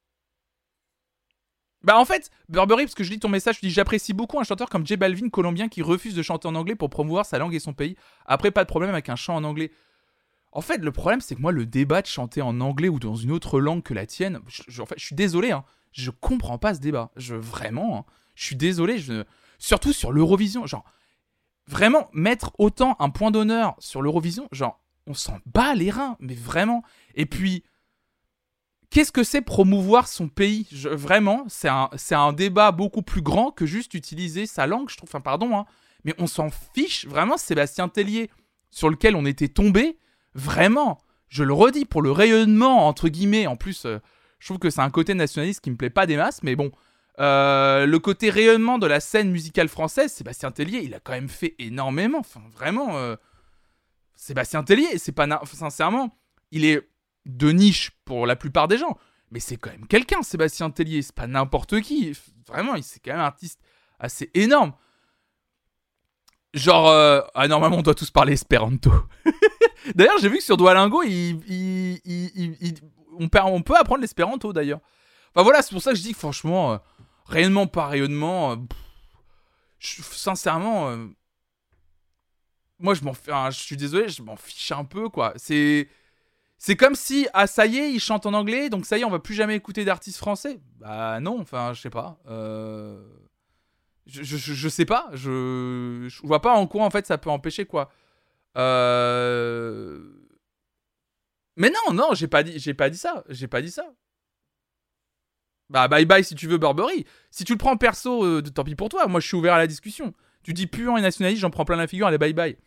Bah en fait, Burberry, parce que je lis ton message, je dis j'apprécie beaucoup un chanteur comme J Balvin, colombien, qui refuse de chanter en anglais pour promouvoir sa langue et son pays. Après, pas de problème avec un chant en anglais. En fait, le problème, c'est que moi, le débat de chanter en anglais ou dans une autre langue que la tienne, je, je, en fait, je suis désolé, hein, je comprends pas ce débat. Je, vraiment, hein, je suis désolé, je, surtout sur l'Eurovision. Genre, vraiment, mettre autant un point d'honneur sur l'Eurovision, genre, on s'en bat les reins, mais vraiment. Et puis... Qu'est-ce que c'est promouvoir son pays ? je, Vraiment, c'est un, c'est un débat beaucoup plus grand que juste utiliser sa langue, je trouve. Enfin, pardon, hein. Mais on s'en fiche. Vraiment, Sébastien Tellier, sur lequel on était tombé, vraiment, je le redis, pour le rayonnement, entre guillemets. En plus, euh, je trouve que c'est un côté nationaliste qui me plaît pas des masses, mais bon. Euh, le côté rayonnement de la scène musicale française, Sébastien Tellier, il a quand même fait énormément. Enfin, vraiment, euh, Sébastien Tellier, c'est pas... Na- sincèrement, il est... de niche pour la plupart des gens, mais c'est quand même quelqu'un, Sébastien Tellier, c'est pas n'importe qui, vraiment, c'est quand même un artiste assez énorme. Genre, euh... ah normalement on doit tous parler espéranto. D'ailleurs, j'ai vu que sur Duolingo, il, il, il, il, il... On, peut, on peut apprendre l'espéranto d'ailleurs. Enfin voilà, c'est pour ça que je dis que franchement, euh, rayonnement par rayonnement, euh, pff, je, sincèrement, euh, moi je m'en fais, hein, je suis désolé, je m'en fiche un peu quoi. C'est C'est comme si, ah ça y est, il chante en anglais, donc ça y est, on va plus jamais écouter d'artistes français. Bah non, enfin, je sais pas. Euh... Je, je, je sais pas, je... je vois pas en quoi, en fait, ça peut empêcher, quoi. Euh... Mais non, non, j'ai pas dit, j'ai pas dit ça, j'ai pas dit ça. Bah bye bye si tu veux Burberry. Si tu le prends perso, euh, tant pis pour toi, moi je suis ouvert à la discussion. Tu dis puant et nationaliste, j'en prends plein la figure, allez bye bye.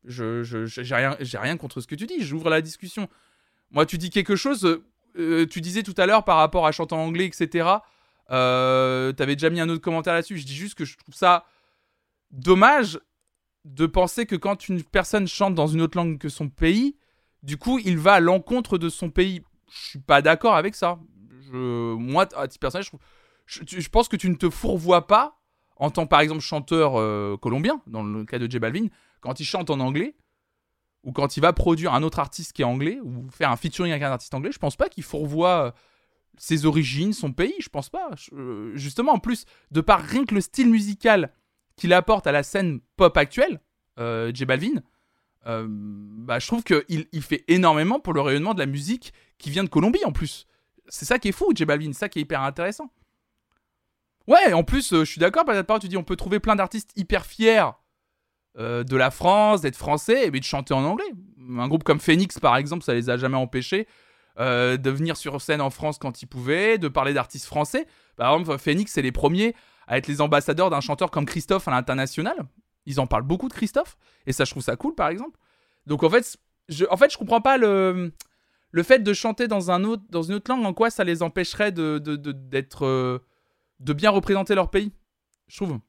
Je, je, j'ai, rien, j'ai rien contre ce que tu dis, j'ouvre la discussion. Moi, tu dis quelque chose, euh, tu disais tout à l'heure par rapport à chanter en anglais, et cetera. Euh, t'avais déjà mis un autre commentaire là-dessus. Je dis juste que je trouve ça dommage de penser que quand une personne chante dans une autre langue que son pays, du coup, il va à l'encontre de son pays. Je suis pas d'accord avec ça. Je, moi, à titre personnel, je, trouve, je, je pense que tu ne te fourvoies pas en tant, par exemple, chanteur euh, colombien, dans le cas de J Balvin, quand il chante en anglais, ou quand il va produire un autre artiste qui est anglais, ou faire un featuring avec un artiste anglais, je pense pas qu'il fourvoie ses origines, son pays, je pense pas. Je, justement, en plus, de par rien que le style musical qu'il apporte à la scène pop actuelle, euh, J Balvin, euh, bah, je trouve qu'il il fait énormément pour le rayonnement de la musique qui vient de Colombie, en plus. C'est ça qui est fou, J Balvin, c'est ça qui est hyper intéressant. Ouais, en plus, euh, je suis d'accord, par exemple, tu dis, on peut trouver plein d'artistes hyper fiers euh, de la France, d'être français, mais de chanter en anglais. Un groupe comme Phoenix, par exemple, ça les a jamais empêchés euh, de venir sur scène en France quand ils pouvaient, de parler d'artistes français. Par exemple, Phoenix, c'est les premiers à être les ambassadeurs d'un chanteur comme Christophe à l'international. Ils en parlent beaucoup de Christophe, et ça, je trouve ça cool, par exemple. Donc, en fait, je, en fait, je comprends pas le, le fait de chanter dans, un autre, dans une autre langue, en quoi ça les empêcherait de, de, de, d'être... Euh, de bien représenter leur pays, je trouve.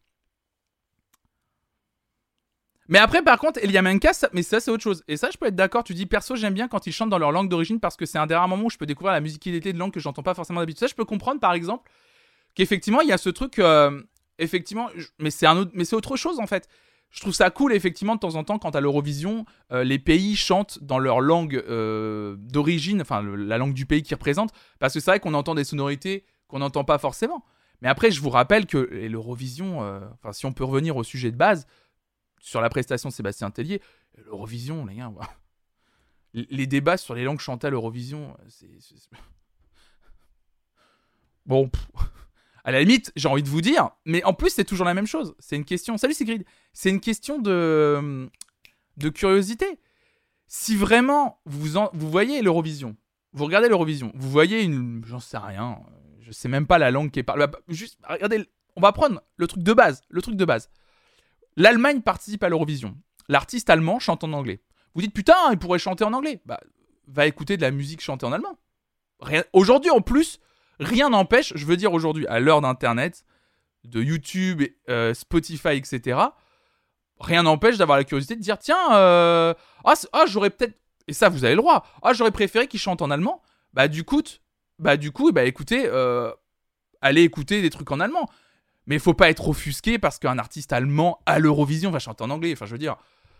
Mais après, par contre, Elia Menka, ça, mais ça, c'est autre chose. Et ça, je peux être d'accord. Tu dis, perso, j'aime bien quand ils chantent dans leur langue d'origine parce que c'est un des rares moments où je peux découvrir la musicalité de langue que j'entends pas forcément d'habitude. Ça, je peux comprendre, par exemple, qu'effectivement, il y a ce truc... Euh, effectivement, je, mais, c'est un autre, mais c'est autre chose, en fait. Je trouve ça cool, effectivement, de temps en temps, quand à l'Eurovision, euh, les pays chantent dans leur langue euh, d'origine, enfin, le, la langue du pays qu'ils représentent, parce que c'est vrai qu'on entend des sonorités qu'on n'entend pas forcément. Mais après, je vous rappelle que l'Eurovision, euh, enfin, si on peut revenir au sujet de base, sur la prestation de Sébastien Tellier, l'Eurovision, les gars, voilà. Les débats sur les langues chantées à l'Eurovision, c'est... c'est... Bon, pff, à la limite, j'ai envie de vous dire, mais en plus, c'est toujours la même chose. C'est une question... Salut Sigrid. C'est une question de, de curiosité. Si vraiment, vous, en... vous voyez l'Eurovision, vous regardez l'Eurovision, vous voyez une... J'en sais rien... Je sais même pas la langue qui est parlée. Juste, regardez, on va prendre le truc de base. Le truc de base. L'Allemagne participe à l'Eurovision. L'artiste allemand chante en anglais. Vous dites, putain, il pourrait chanter en anglais. Bah, va écouter de la musique chantée en allemand. Rien... Aujourd'hui, en plus, rien n'empêche, je veux dire aujourd'hui, à l'heure d'Internet, de YouTube, euh, Spotify, et cetera, rien n'empêche d'avoir la curiosité de dire, tiens, euh... ah, ah, j'aurais peut-être... Et ça, vous avez le droit. Ah, j'aurais préféré qu'il chante en allemand. Bah, du coup... Bah du coup, bah écoutez, euh, allez écouter des trucs en allemand. Mais il faut pas être offusqué parce qu'un artiste allemand à l'Eurovision va chanter en anglais. Enfin, je veux dire,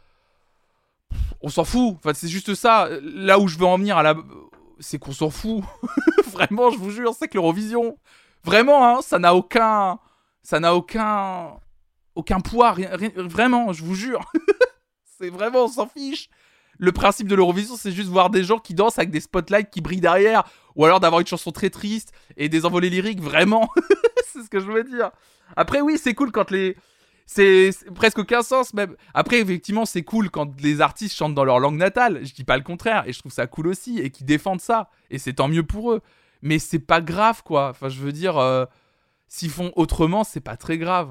on s'en fout. Enfin, c'est juste ça. Là où je veux en venir, à la... c'est qu'on s'en fout. Vraiment, je vous jure, c'est que l'Eurovision, vraiment, hein, ça n'a aucun, ça n'a aucun, aucun poids. Rien, rien... Vraiment, je vous jure. C'est vraiment, on s'en fiche. Le principe de l'Eurovision, c'est juste voir des gens qui dansent avec des spotlights qui brillent derrière. Ou alors d'avoir une chanson très triste et des envolées lyriques, vraiment. C'est ce que je veux dire. Après, oui, c'est cool quand les... C'est, c'est presque aucun sens, même. Après, effectivement, c'est cool quand les artistes chantent dans leur langue natale. Je dis pas le contraire. Et je trouve ça cool aussi. Et qu'ils défendent ça. Et c'est tant mieux pour eux. Mais c'est pas grave, quoi. Enfin, je veux dire... Euh, s'ils font autrement, c'est pas très grave.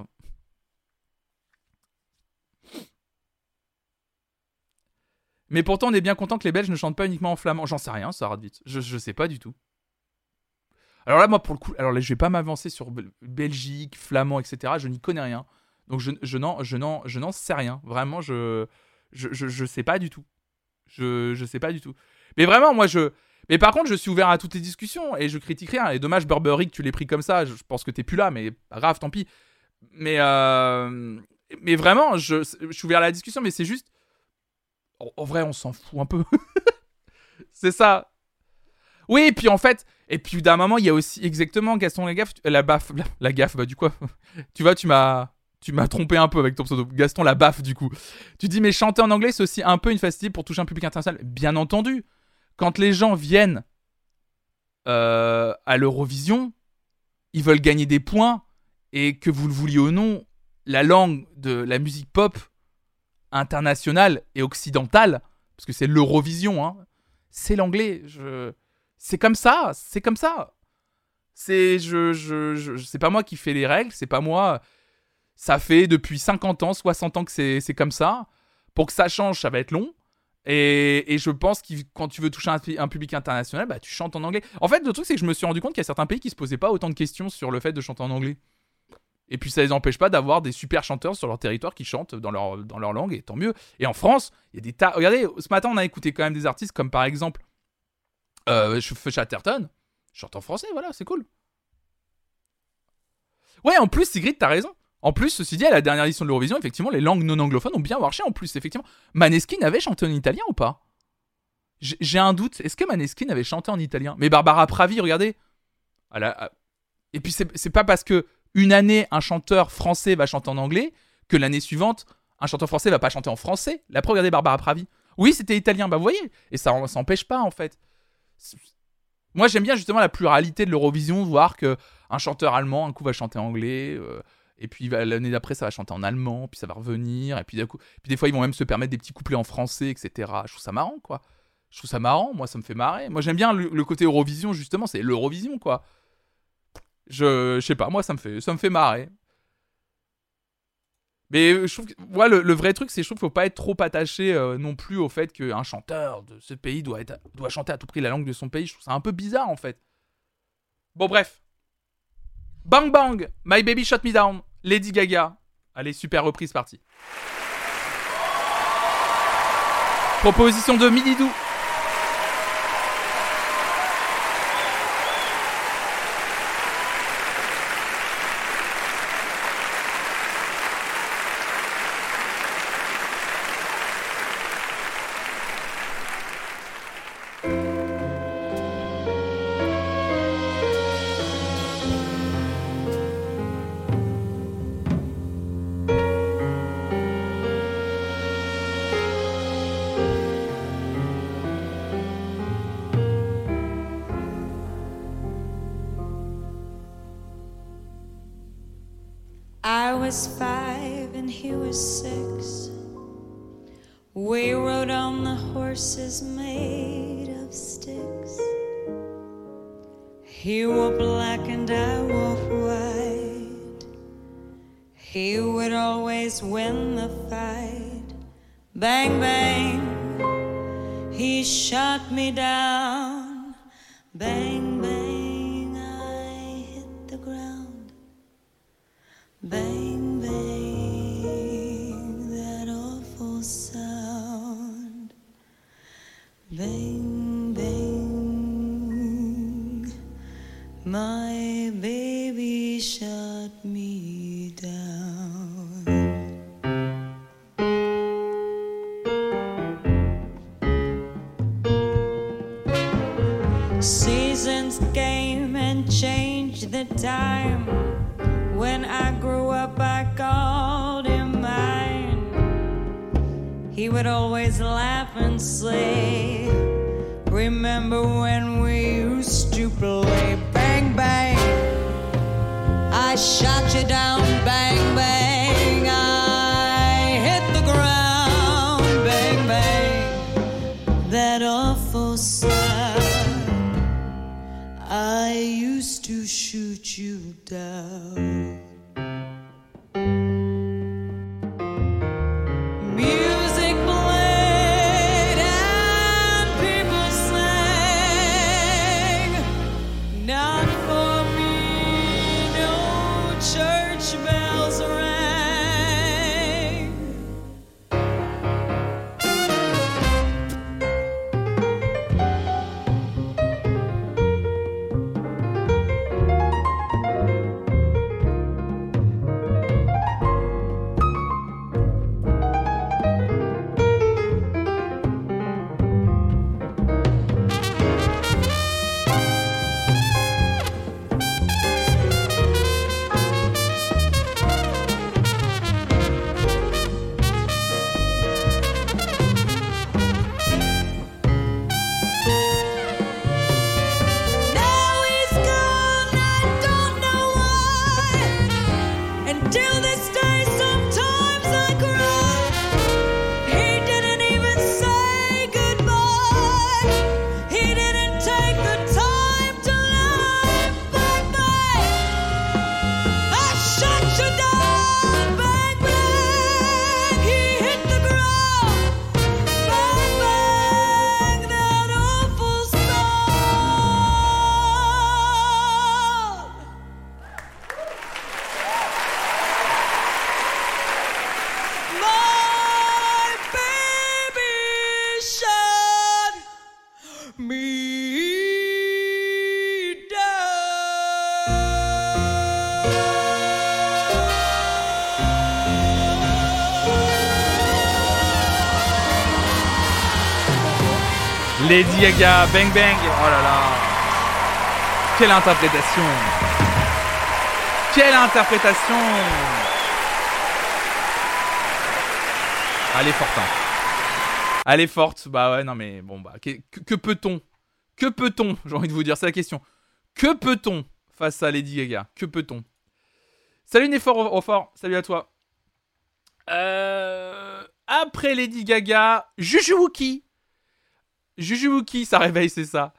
Mais pourtant, on est bien content que les Belges ne chantent pas uniquement en flamand. J'en sais rien, ça rate vite. Je, je sais pas du tout. Alors là, moi, pour le coup, alors là, je vais pas m'avancer sur Belgique, flamand, et cetera. Je n'y connais rien. Donc, je, je, n'en, je, n'en, je n'en sais rien. Vraiment, je, je, je, je sais pas du tout. Je, je sais pas du tout. Mais vraiment, moi, je... Mais par contre, je suis ouvert à toutes les discussions et je critique rien. Et dommage, Burberry, que tu l'aies pris comme ça. Je pense que t'es plus là, mais pas grave, tant pis. Mais, euh... mais vraiment, je, je suis ouvert à la discussion, mais c'est juste... En vrai, on s'en fout un peu. C'est ça. Oui, et puis en fait, et puis d'un moment, il y a aussi exactement Gaston Lagaffe, la baffe, la, la gaffe, bah du coup, tu vois, tu m'as, tu m'as trompé un peu avec ton pseudo. Gaston la baffe, du coup. Tu dis, mais chanter en anglais, c'est aussi un peu une facilité pour toucher un public international. Bien entendu, quand les gens viennent euh, à l'Eurovision, ils veulent gagner des points, et que vous le vouliez ou non, la langue de la musique pop internationale et occidentale, parce que c'est l'Eurovision, hein, c'est l'anglais. Je... C'est comme ça, c'est comme ça. C'est, je, je, je, c'est pas moi qui fais les règles, c'est pas moi. Ça fait depuis cinquante ans, soixante ans que c'est, c'est comme ça. pour que ça change, ça va être long. Et, et je pense que quand tu veux toucher un, un public international, bah, tu chantes en anglais. En fait, le truc, c'est que je me suis rendu compte qu'il y a certains pays qui se posaient pas autant de questions sur le fait de chanter en anglais. Et puis ça les empêche pas d'avoir des super chanteurs sur leur territoire qui chantent dans leur, dans leur langue, et tant mieux. Et en France, il y a des tas... Regardez, ce matin, on a écouté quand même des artistes comme par exemple euh, Chatterton. Chante en français, voilà, c'est cool. Ouais, en plus, Sigrid, t'as raison. En plus, ceci dit, à la dernière édition de l'Eurovision, effectivement, les langues non anglophones ont bien marché en plus, effectivement. Maneskin avait chanté en italien ou pas ? J'ai, j'ai un doute. Est-ce que Maneskin avait chanté en italien ? Mais Barbara Pravi, regardez. Elle a... Et puis, c'est, c'est pas parce que une année, un chanteur français va chanter en anglais que l'année suivante, un chanteur français va pas chanter en français. La preuve, regardez Barbara Pravi. Oui, c'était italien, bah vous voyez. Et ça n'empêche pas, en fait. Moi, j'aime bien justement la pluralité de l'Eurovision, voir qu'un chanteur allemand, un coup, va chanter anglais... Euh... Et puis l'année d'après, ça va chanter en allemand, puis ça va revenir, et puis, coup, puis des fois, ils vont même se permettre des petits couplets en français, et cetera. Je trouve ça marrant, quoi. Je trouve ça marrant, moi, ça me fait marrer. Moi, j'aime bien le, le côté Eurovision, justement, c'est l'Eurovision, quoi. Je, je sais pas, moi, ça me fait, ça me fait marrer. Mais je trouve que, ouais, le, le vrai truc, c'est que je trouve qu'il faut pas être trop attaché euh, non plus au fait qu'un chanteur de ce pays doit, être, doit chanter à tout prix la langue de son pays. Je trouve ça un peu bizarre, en fait. Bon, bref. Bang Bang, My Baby Shut Me Down, Lady Gaga. Allez, super reprise, partie. Proposition de Milidou. I was five and he was six. We rode on the horses made of sticks. He wore black and I wore white. He would always win the fight. Bang, bang, he shot me down. Bang, bang, I hit the ground. Bang, bang, that awful sound. Bang, bang, my baby shut me down. Seasons came and changed the time. When I grew up, I called him mine. He would always laugh and say, remember when we used to play? Bang, bang, I shot you down. Bang, bang, I hit the ground. Bang, bang, that awful sound. I used to shoot you down. Music played and people sang. Not for me, no church bells rang. Lady Gaga, Bang Bang. Oh là là. Quelle interprétation. Quelle interprétation. Elle est forte, hein. Elle est forte. Bah ouais, non mais bon, bah, que, que peut-on Que peut-on J'ai envie de vous dire, c'est la question. Que peut-on face à Lady Gaga? Que peut-on? Salut Néfort au fort, salut à toi. Euh... Après Lady Gaga, Juju Wookie. Juju Wookie, ça réveille, c'est ça.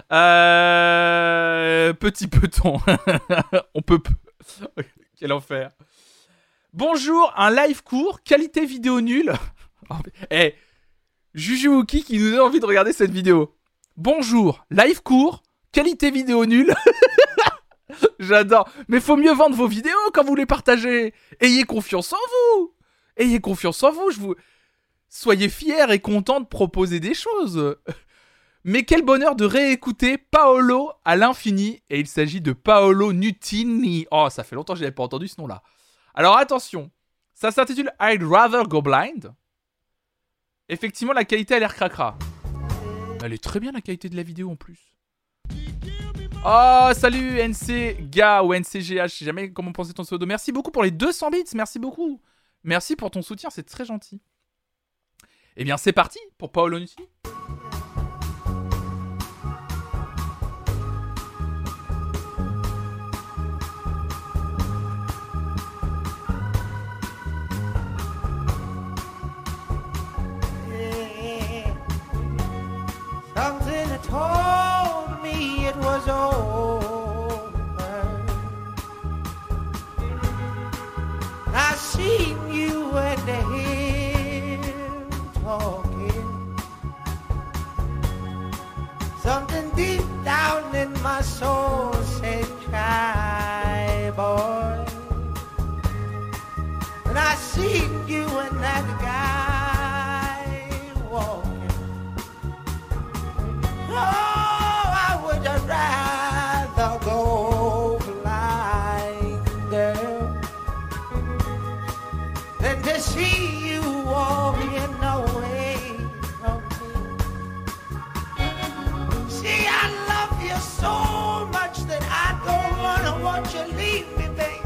Euh... Petit peut-on. On peut... Quel enfer. Bonjour, un live court, qualité vidéo nulle. Eh, hey, Juju Wookie qui nous donne envie de regarder cette vidéo. Bonjour, live court, qualité vidéo nulle. J'adore. Mais faut mieux vendre vos vidéos quand vous les partagez. Ayez confiance en vous. Ayez confiance en vous. Je vous... Soyez fiers et contents de proposer des choses. Mais quel bonheur de réécouter Paolo à l'infini. Et il s'agit de Paolo Nutini. Oh, ça fait longtemps que je n'avais pas entendu ce nom-là. Alors attention, ça s'intitule I'd Rather Go Blind. Effectivement, la qualité a l'air cracra. Elle est très bien la qualité de la vidéo en plus. Oh, salut N C G A ou N C G H, je sais jamais comment penser ton pseudo. Merci beaucoup pour les deux cents bits, merci beaucoup. Merci pour ton soutien, c'est très gentil. Eh bien, c'est parti pour Paolo Nutini. Told me it was over. I seen you and him talking. Something deep down in my soul said, "Try, boy." And I seen you and that guy walking. Oh, I would rather go blind, girl, than to see you walking away from me. See, I love you so much that I don't wanna watch you leave me, babe.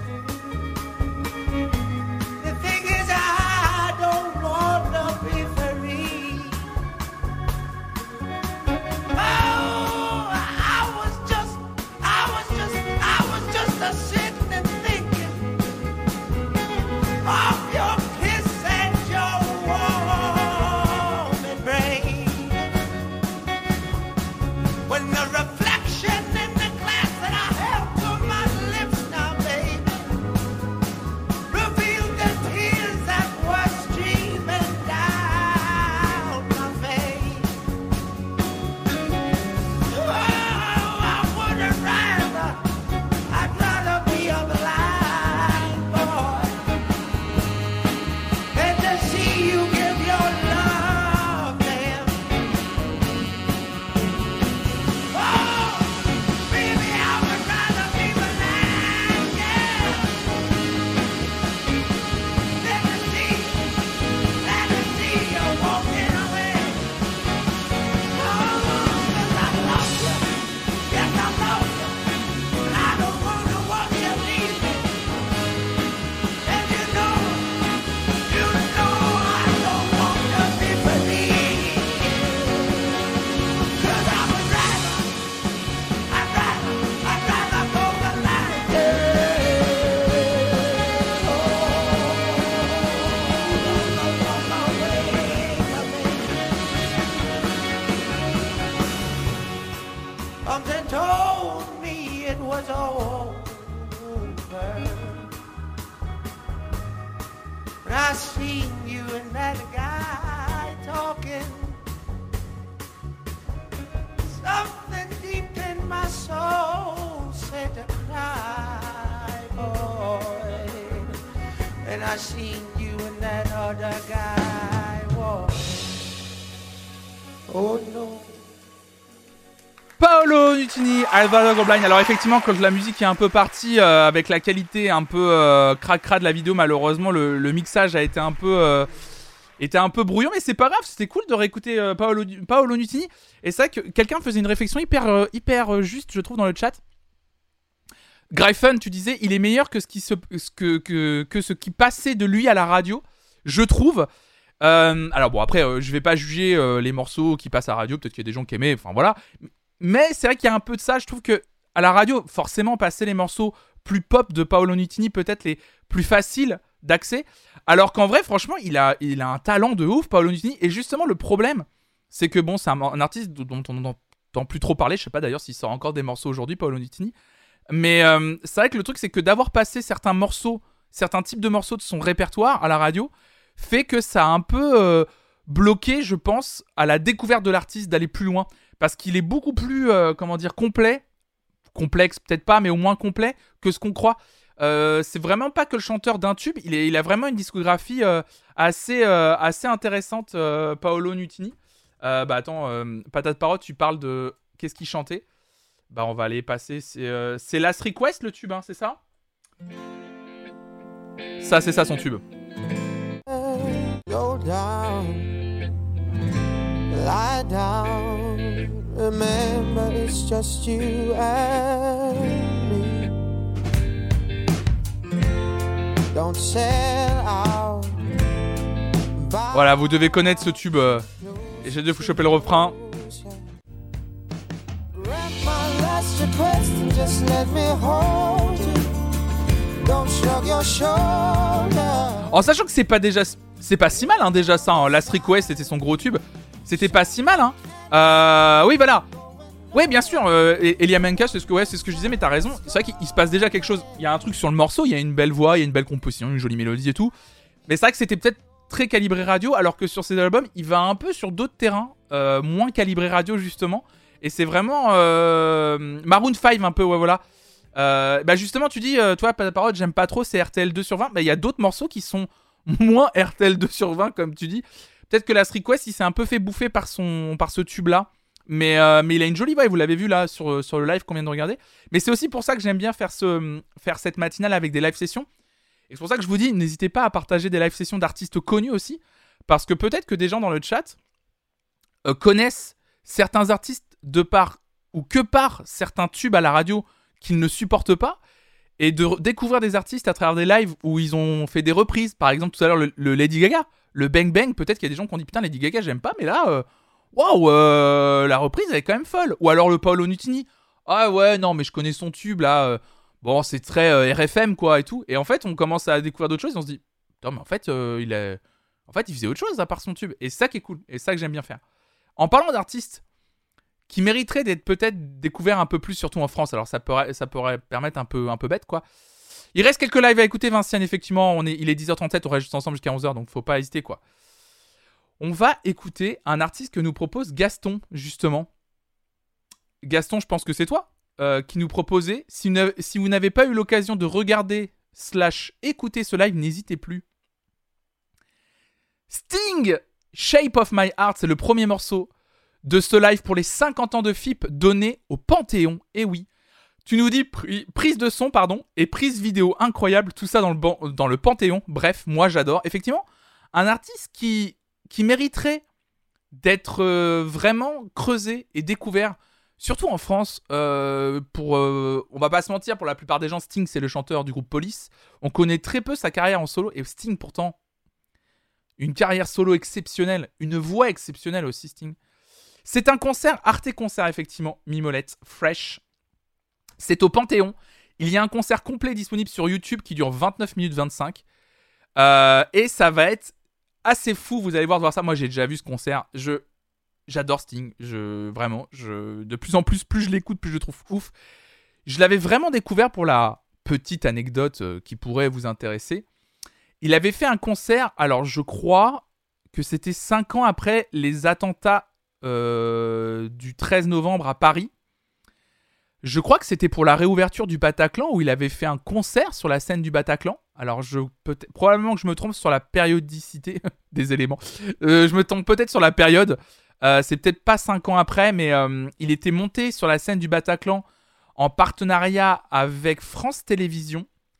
The thing is, I don't wanna be free. Sitting and thinking of your kiss and your warm embrace. When the reflection in the glass that I held to my lips now, baby, revealed the tears that were streaming down my face. Oh, I would have rather I'd rather be a blind boy than to see you give your love them. Oh, baby, I would rather be blind, yeah, than to see, than to see you walking away. Oh, 'cause I love you, yes I love you. I don't wanna watch you leave me. And you know, you know I don't want to be believed. 'Cause I would rather, I'd rather, I'd rather go blind, girl. Something told me it was over. When I seen you and that guy talking, something deep in my soul said to cry, boy. And I seen you and that other guy walking. Oh no. Paolo Nutini, I'd Rather Go Blind. Alors effectivement, quand la musique est un peu partie, euh, avec la qualité un peu euh, cracra de la vidéo, malheureusement, le, le mixage a été un peu... Euh, était un peu brouillon, mais c'est pas grave, c'était cool de réécouter euh, Paolo, Paolo Nutini. Et c'est vrai que quelqu'un faisait une réflexion hyper, euh, hyper euh, juste, je trouve, dans le chat. Gryphon, tu disais, il est meilleur que ce qui, se, que, que, que ce qui passait de lui à la radio, je trouve. Euh, alors bon, après, euh, je vais pas juger euh, les morceaux qui passent à la radio, peut-être qu'il y a des gens qui aimaient, enfin voilà. Mais c'est vrai qu'il y a un peu de ça, je trouve que à la radio, forcément, passer les morceaux plus pop de Paolo Nutini, peut-être les plus faciles d'accès, alors qu'en vrai, franchement, il a, il a un talent de ouf, Paolo Nutini, et justement, le problème, c'est que bon, c'est un, un artiste dont on n'entend plus trop parler, je sais pas d'ailleurs s'il sort encore des morceaux aujourd'hui, Paolo Nutini. Mais euh, c'est vrai que le truc, c'est que d'avoir passé certains morceaux, certains types de morceaux de son répertoire à la radio, fait que ça a un peu euh, bloqué, je pense, à la découverte de l'artiste d'aller plus loin. Parce qu'il est beaucoup plus, euh, comment dire, complet, complexe peut-être pas, mais au moins complet que ce qu'on croit. Euh, c'est vraiment pas que le chanteur d'un tube, il, est, il a vraiment une discographie euh, assez, euh, assez intéressante, euh, Paolo Nutini. Euh, bah attends, euh, Patate Parotte, tu parles de qu'est-ce qu'il chantait ? Bah on va aller passer, c'est, euh, c'est Last Request le tube, hein, c'est ça ? Ça c'est ça son tube. Go down, lie down, remember it's just you and me. Don't sell out. Voilà, vous devez connaître ce tube. Euh, et j'ai dû vous choper le refrain. En sachant que c'est pas déjà, c'est pas si mal hein, déjà ça. Hein. Last Request c'était son gros tube, c'était pas si mal. Hein. Euh, oui voilà. Ouais bien sûr. Euh, Elia Menka c'est ce que ouais c'est ce que je disais mais t'as raison. C'est vrai qu'il se passe déjà quelque chose. Il y a un truc sur le morceau, il y a une belle voix, il y a une belle composition, une jolie mélodie et tout. Mais c'est vrai que c'était peut-être très calibré radio, alors que sur ces albums il va un peu sur d'autres terrains, euh, moins calibré radio justement. Et c'est vraiment euh, Maroon cinq un peu, ouais voilà. Euh, bah justement, tu dis, euh, toi, pas de parole, j'aime pas trop, c'est R T L deux sur vingt. Mais il y a d'autres morceaux qui sont moins R T L deux sur vingt, comme tu dis. Peut-être que Last Request, il s'est un peu fait bouffer par, son, par ce tube-là. Mais, euh, mais il a une jolie vibe, vous l'avez vu là sur, sur le live qu'on vient de regarder. Mais c'est aussi pour ça que j'aime bien faire, ce, faire cette matinale avec des live sessions. Et c'est pour ça que je vous dis, n'hésitez pas à partager des live sessions d'artistes connus aussi. Parce que peut-être que des gens dans le chat euh, connaissent certains artistes de par ou que par certains tubes à la radio qu'ils ne supportent pas, et de re- découvrir des artistes à travers des lives où ils ont fait des reprises. Par exemple, tout à l'heure, le, le Lady Gaga, le Bang Bang, peut-être qu'il y a des gens qui ont dit « Putain, Lady Gaga, j'aime pas, mais là, waouh, wow, euh, la reprise, elle est quand même folle. » Ou alors le Paolo Nutini, « Ah ouais, non, mais je connais son tube, là, euh, bon, c'est très euh, R F M, quoi, et tout. » Et en fait, on commence à découvrir d'autres choses, et on se dit « Putain, mais en fait, euh, il a... en fait, il faisait autre chose à part son tube. » Et c'est ça qui est cool, et c'est ça que j'aime bien faire. En parlant d'artistes qui mériterait d'être peut-être découvert un peu plus, surtout en France. Alors ça pourrait, ça pourrait permettre un peu, un peu bête, quoi. Il reste quelques lives à écouter, Vinciane, effectivement. On est, il est dix heures trente-sept, on reste juste ensemble jusqu'à onze heures, donc faut pas hésiter, quoi. On va écouter un artiste que nous propose Gaston, justement. Gaston, je pense que c'est toi, euh, qui nous proposait. Si, ne, si vous n'avez pas eu l'occasion de regarder slash écouter ce live, n'hésitez plus. Sting, Shape of My Heart, c'est le premier morceau de ce live pour les cinquante ans de F I P donné au Panthéon. Et oui, tu nous dis pri- prise de son, pardon, et prise vidéo incroyable, tout ça dans le, ban- dans le Panthéon. Bref, moi j'adore. Effectivement, un artiste qui, qui mériterait d'être euh, vraiment creusé et découvert, surtout en France. Euh, pour, euh, on va pas se mentir, pour la plupart des gens, Sting c'est le chanteur du groupe Police. On connaît très peu sa carrière en solo, et Sting pourtant, une carrière solo exceptionnelle, une voix exceptionnelle aussi, Sting. C'est un concert, Arte Concert, effectivement, Mimolette, fresh. C'est au Panthéon. Il y a un concert complet disponible sur YouTube qui dure vingt-neuf minutes vingt-cinq. Euh, et ça va être assez fou, vous allez voir, de voir ça. Moi, j'ai déjà vu ce concert. Je, j'adore Sting. Je, vraiment, je, de plus en plus, plus je l'écoute, plus je le trouve ouf. Je l'avais vraiment découvert pour la petite anecdote euh, qui pourrait vous intéresser. Il avait fait un concert, alors je crois que c'était cinq ans après les attentats Euh, du treize novembre à Paris. Je crois que c'était pour la réouverture du Bataclan où il avait fait un concert sur la scène du Bataclan. Alors, je peut probablement que je me trompe sur la périodicité des éléments. Euh, je me trompe peut-être sur la période. Euh, c'est peut-être pas cinq ans après, mais euh, il était monté sur la scène du Bataclan en partenariat avec France Télévisions.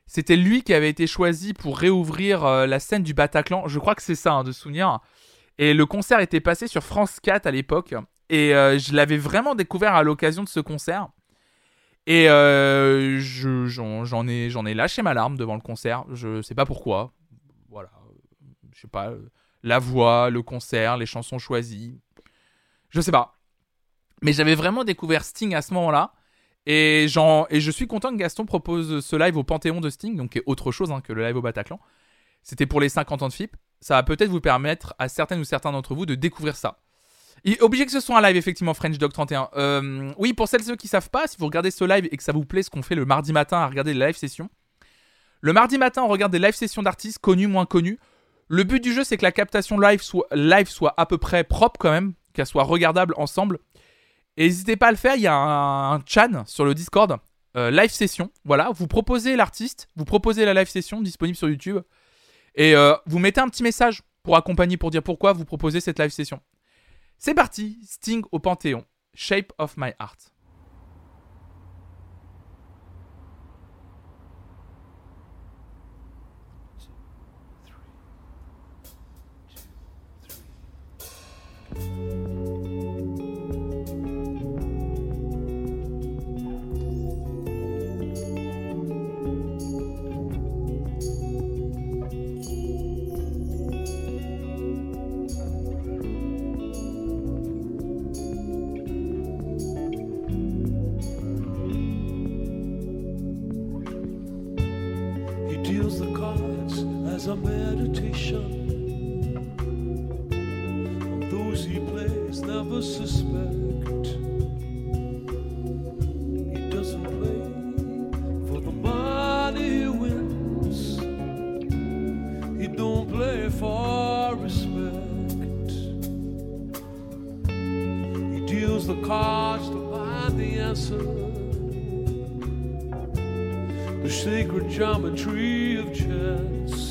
C'était lui qui avait été choisi pour réouvrir euh, la scène du Bataclan. Je crois que c'est ça, hein, de souvenir. Et le concert était passé sur France quatre à l'époque. Et euh, je l'avais vraiment découvert à l'occasion de ce concert. Et euh, je, j'en, j'en, ai, j'en ai lâché ma larme devant le concert. Je sais pas pourquoi. Voilà. Je sais pas. La voix, le concert, les chansons choisies. Je sais pas. Mais j'avais vraiment découvert Sting à ce moment-là. Et, genre, et je suis content que Gaston propose ce live au Panthéon de Sting, donc qui est autre chose hein, que le live au Bataclan. C'était pour les cinquante ans de F I P. Ça va peut-être vous permettre à certaines ou certains d'entre vous de découvrir ça. Et obligé que ce soit un live, effectivement, French Dog trente et un. Euh, oui, pour celles et ceux qui ne savent pas, si vous regardez ce live et que ça vous plaît, ce qu'on fait le mardi matin à regarder les live sessions. Le mardi matin, on regarde des live sessions d'artistes, connus, moins connus. Le but du jeu, c'est que la captation live soit, live soit à peu près propre quand même, qu'elle soit regardable ensemble. Et n'hésitez pas à le faire, il y a un, un chan sur le Discord, euh, live session, voilà, vous proposez l'artiste, vous proposez la live session disponible sur YouTube, et euh, vous mettez un petit message pour accompagner, pour dire pourquoi vous proposez cette live session. C'est parti, Sting au Panthéon, Shape of My Heart. A meditation of those he plays never suspect. He doesn't play for the money he wins. He don't play for respect. He deals the cards to find the answer. The sacred geometry of chance.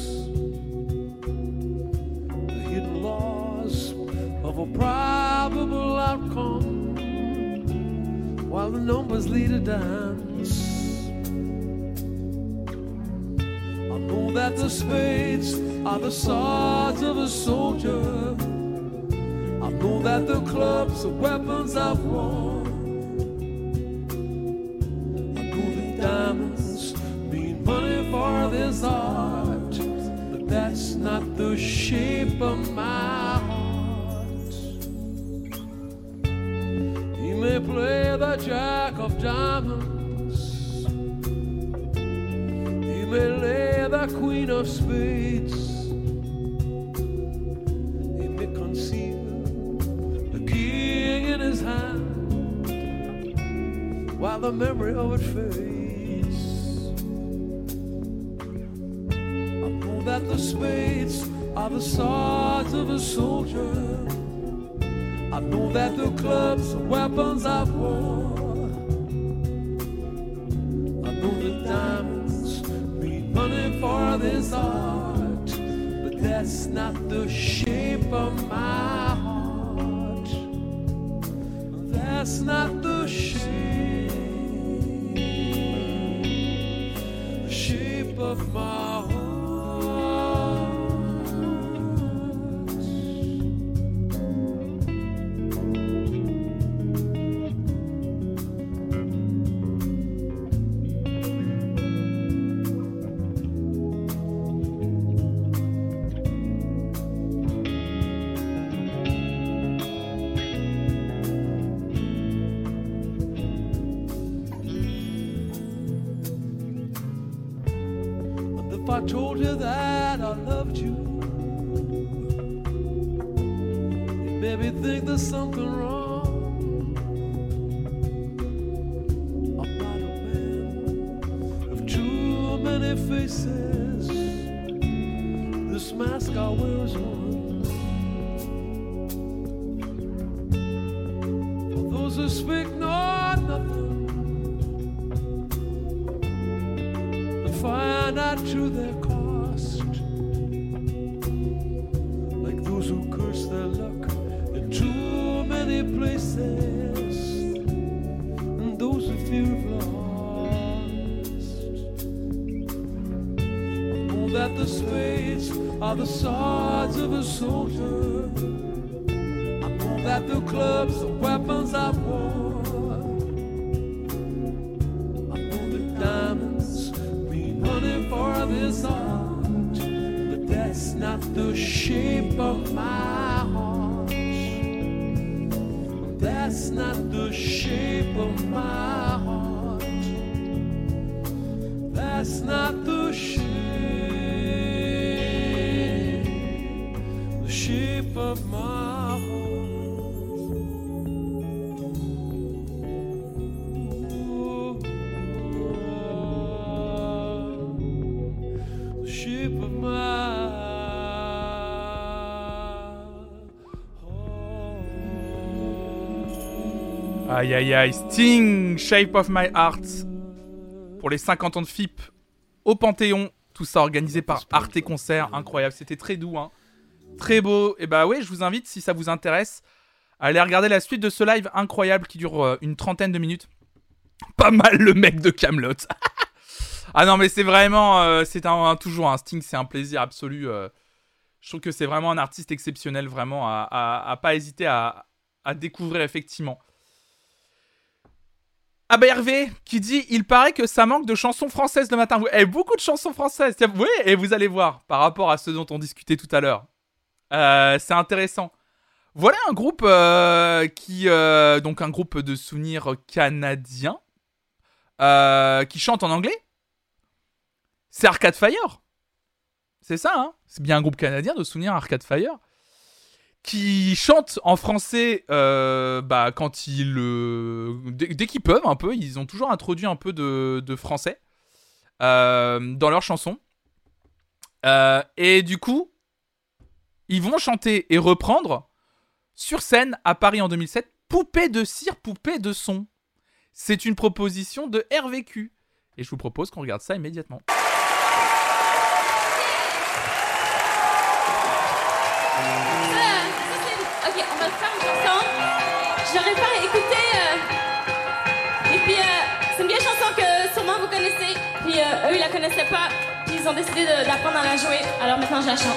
Of a probable outcome, while the numbers lead a dance. I know that the spades are the swords of a soldier. I know that the clubs are weapons of war. I know the diamonds mean money for this art, but that's not the shape of my heart. May play the jack of diamonds. He may lay the queen of spades. He may conceal the king in his hand while the memory of it fades. I know that the spades are the swords of a soldier. I know that the clubs are weapons of war. I know the diamonds mean money for this art, but that's not the shape of my heart. That's not the shape, the shape of my heart. I told you that I loved you, you made me think there's something wrong. I'm not a man of too many faces. This mask I wear is one. For those who speak not nothing, find out to their cost, like those who curse their luck in too many places, and those who fear of lost. the spades are the swords of a soldier. I know that the clubs are weapons of war. I know the diamonds mean money for this art, but that's not the shape of my heart. That's not the shape of my heart. That's not the shape, the shape of my heart. Oh, the shape of my heart. Aïe aïe aïe, Sting, Shape of My Heart. Pour les cinquante ans de F I P au Panthéon. Tout ça organisé par Arte Concert. Incroyable, c'était très doux, hein. Très beau. Et bah ouais, je vous invite, si ça vous intéresse, à aller regarder la suite de ce live incroyable qui dure euh, une trentaine de minutes. Pas mal le mec de Kaamelott. Ah non mais c'est vraiment, euh, c'est un, un toujours un Sting, c'est un plaisir absolu. Euh, je trouve que c'est vraiment un artiste exceptionnel, vraiment à, à, à pas hésiter à, à découvrir effectivement. Ah bah Hervé qui dit il paraît que ça manque de chansons françaises le matin. Eh, beaucoup de chansons françaises. Oui, et vous allez voir par rapport à ce dont on discutait tout à l'heure. Euh, c'est intéressant. Voilà un groupe euh, qui euh, donc un groupe de souvenirs canadien euh, qui chante en anglais. C'est Arcade Fire. C'est ça, hein. C'est bien un groupe canadien de souvenirs Arcade Fire. Qui chantent en français euh, bah, quand ils... Euh, dès, dès qu'ils peuvent, un peu. Ils ont toujours introduit un peu de, de français euh, dans leurs chansons. Euh, et du coup, ils vont chanter et reprendre sur scène à Paris en deux mille sept Poupée de cire, poupée de son. C'est une proposition de R V Q. Et je vous propose qu'on regarde ça immédiatement. Ok, on va faire une chanson. J'aurais pas écouté. Euh... Et puis, euh, c'est une vieille chanson que sûrement vous connaissez. Puis euh, eux, ils la connaissaient pas. Puis ils ont décidé de, d'apprendre à la jouer. Alors maintenant, je la chante.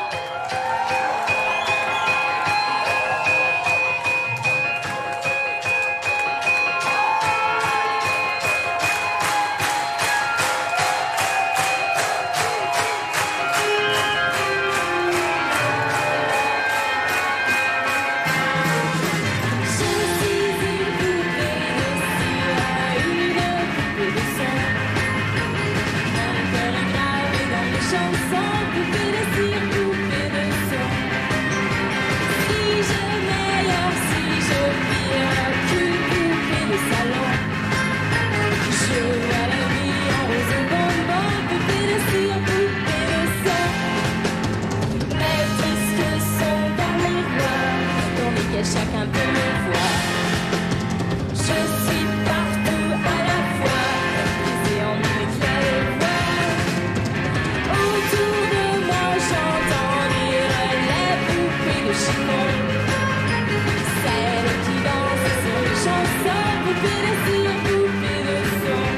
Chacun peut me voir. Je suis partout à la fois, brisée en mille éclats de voix. Autour de moi, j'entends rire les poupées de chiffon. Celles qui dansent sur les chansons, poupées de cire, poupées de son.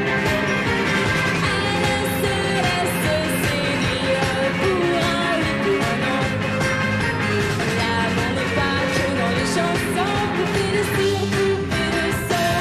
Elles se laissent séduire pour un oui, pour un non. L'amour n'est pas que dans les chansons, poupées de cire, poupées de son.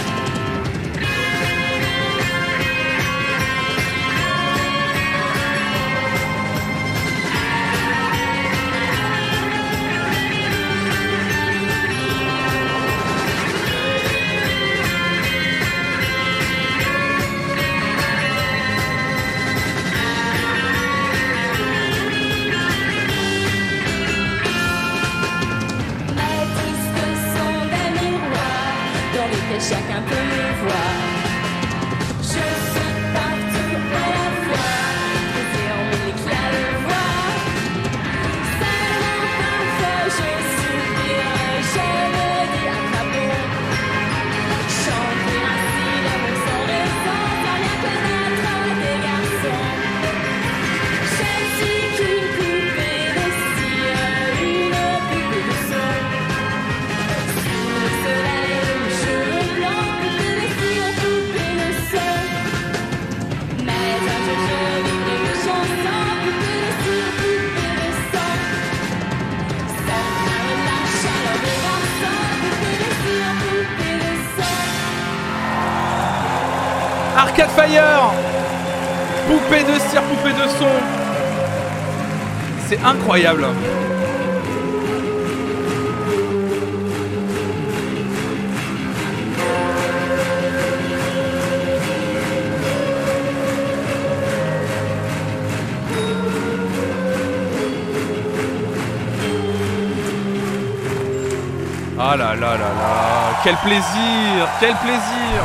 Mes disques sont des miroirs dans lesquels chacun peut me voir. Je suis partout à la fois, brisée en mille éclats de voix. Seulement parfois je soupire, je me dis à crapaud. Chanter ainsi l'amour sans raison, sans rien connaître des garçons. Je suis qu'une poupée de cire, une poupée de son. Sous le soleil, aux cheveux blancs, poupée de cire, poupée de son. Arcade Fire. Poupée de cire, poupée de son. C'est incroyable. Ah là là là là, quel plaisir, quel plaisir.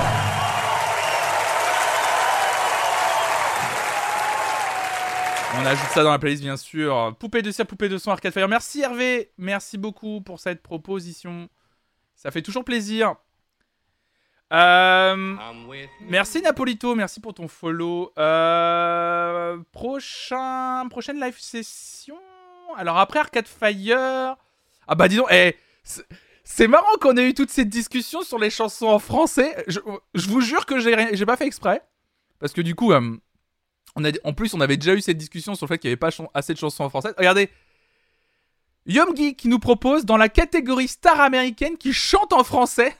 On ajoute ça dans la playlist bien sûr. Poupée de cire, poupée de son, Arcade Fire. Merci Hervé, merci beaucoup pour cette proposition. Ça fait toujours plaisir. Euh, merci Napolito, merci pour ton follow. Euh, prochain, prochaine live session. Alors après Arcade Fire. Ah bah dis donc, eh, c'est, c'est marrant qu'on ait eu toute cette discussion sur les chansons en français. Je, je vous jure que j'ai, rien, j'ai pas fait exprès. Parce que du coup, euh, on a, en plus on avait déjà eu cette discussion sur le fait qu'il n'y avait pas ch- assez de chansons en français. Regardez. Yomgi qui nous propose dans la catégorie star américaine qui chante en français.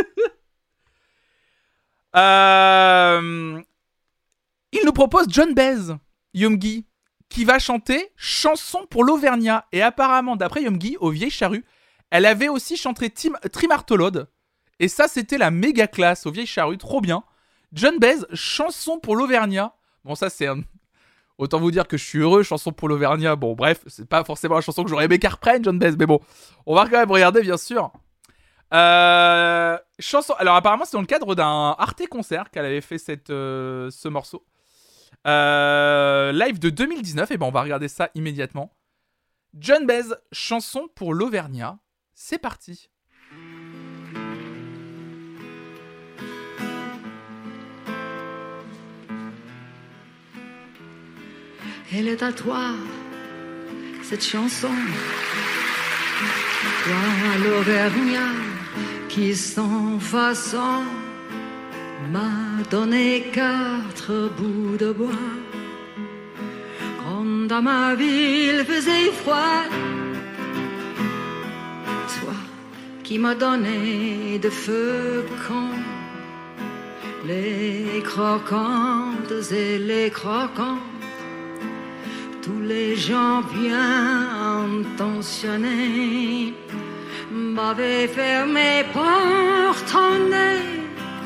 euh, il nous propose John Baez, Yomgi, qui va chanter Chanson pour l'Auvergnat. Et apparemment, d'après Yomgi, aux Vieilles Charrues, elle avait aussi chanté Tim, Trimartolode. Et ça, c'était la méga classe aux Vieilles Charrues, trop bien. John Baez, Chanson pour l'Auvergnat. Bon, ça, c'est un... Autant vous dire que je suis heureux, Chanson pour l'Auvergnat. Bon, bref, c'est pas forcément la chanson que j'aurais aimé qu'elle reprenne, John Baez. Mais bon, on va quand même regarder, bien sûr. Euh... Chanson... Alors, apparemment, c'est dans le cadre d'un Arte concert qu'elle avait fait cette, euh, ce morceau. Euh... Live de deux mille dix-neuf. Et ben, on va regarder ça immédiatement. John Baez, Chanson pour l'Auvergnat. C'est parti. Elle est à toi, cette chanson. Toi, l'Auvergnat, qui sans façon m'a donné quatre bouts de bois. Quand dans ma ville faisait froid, toi qui m'as donné de feu quand les croquantes et les croquants. Tous les gens bien intentionnés m'avaient fermé porte au nez.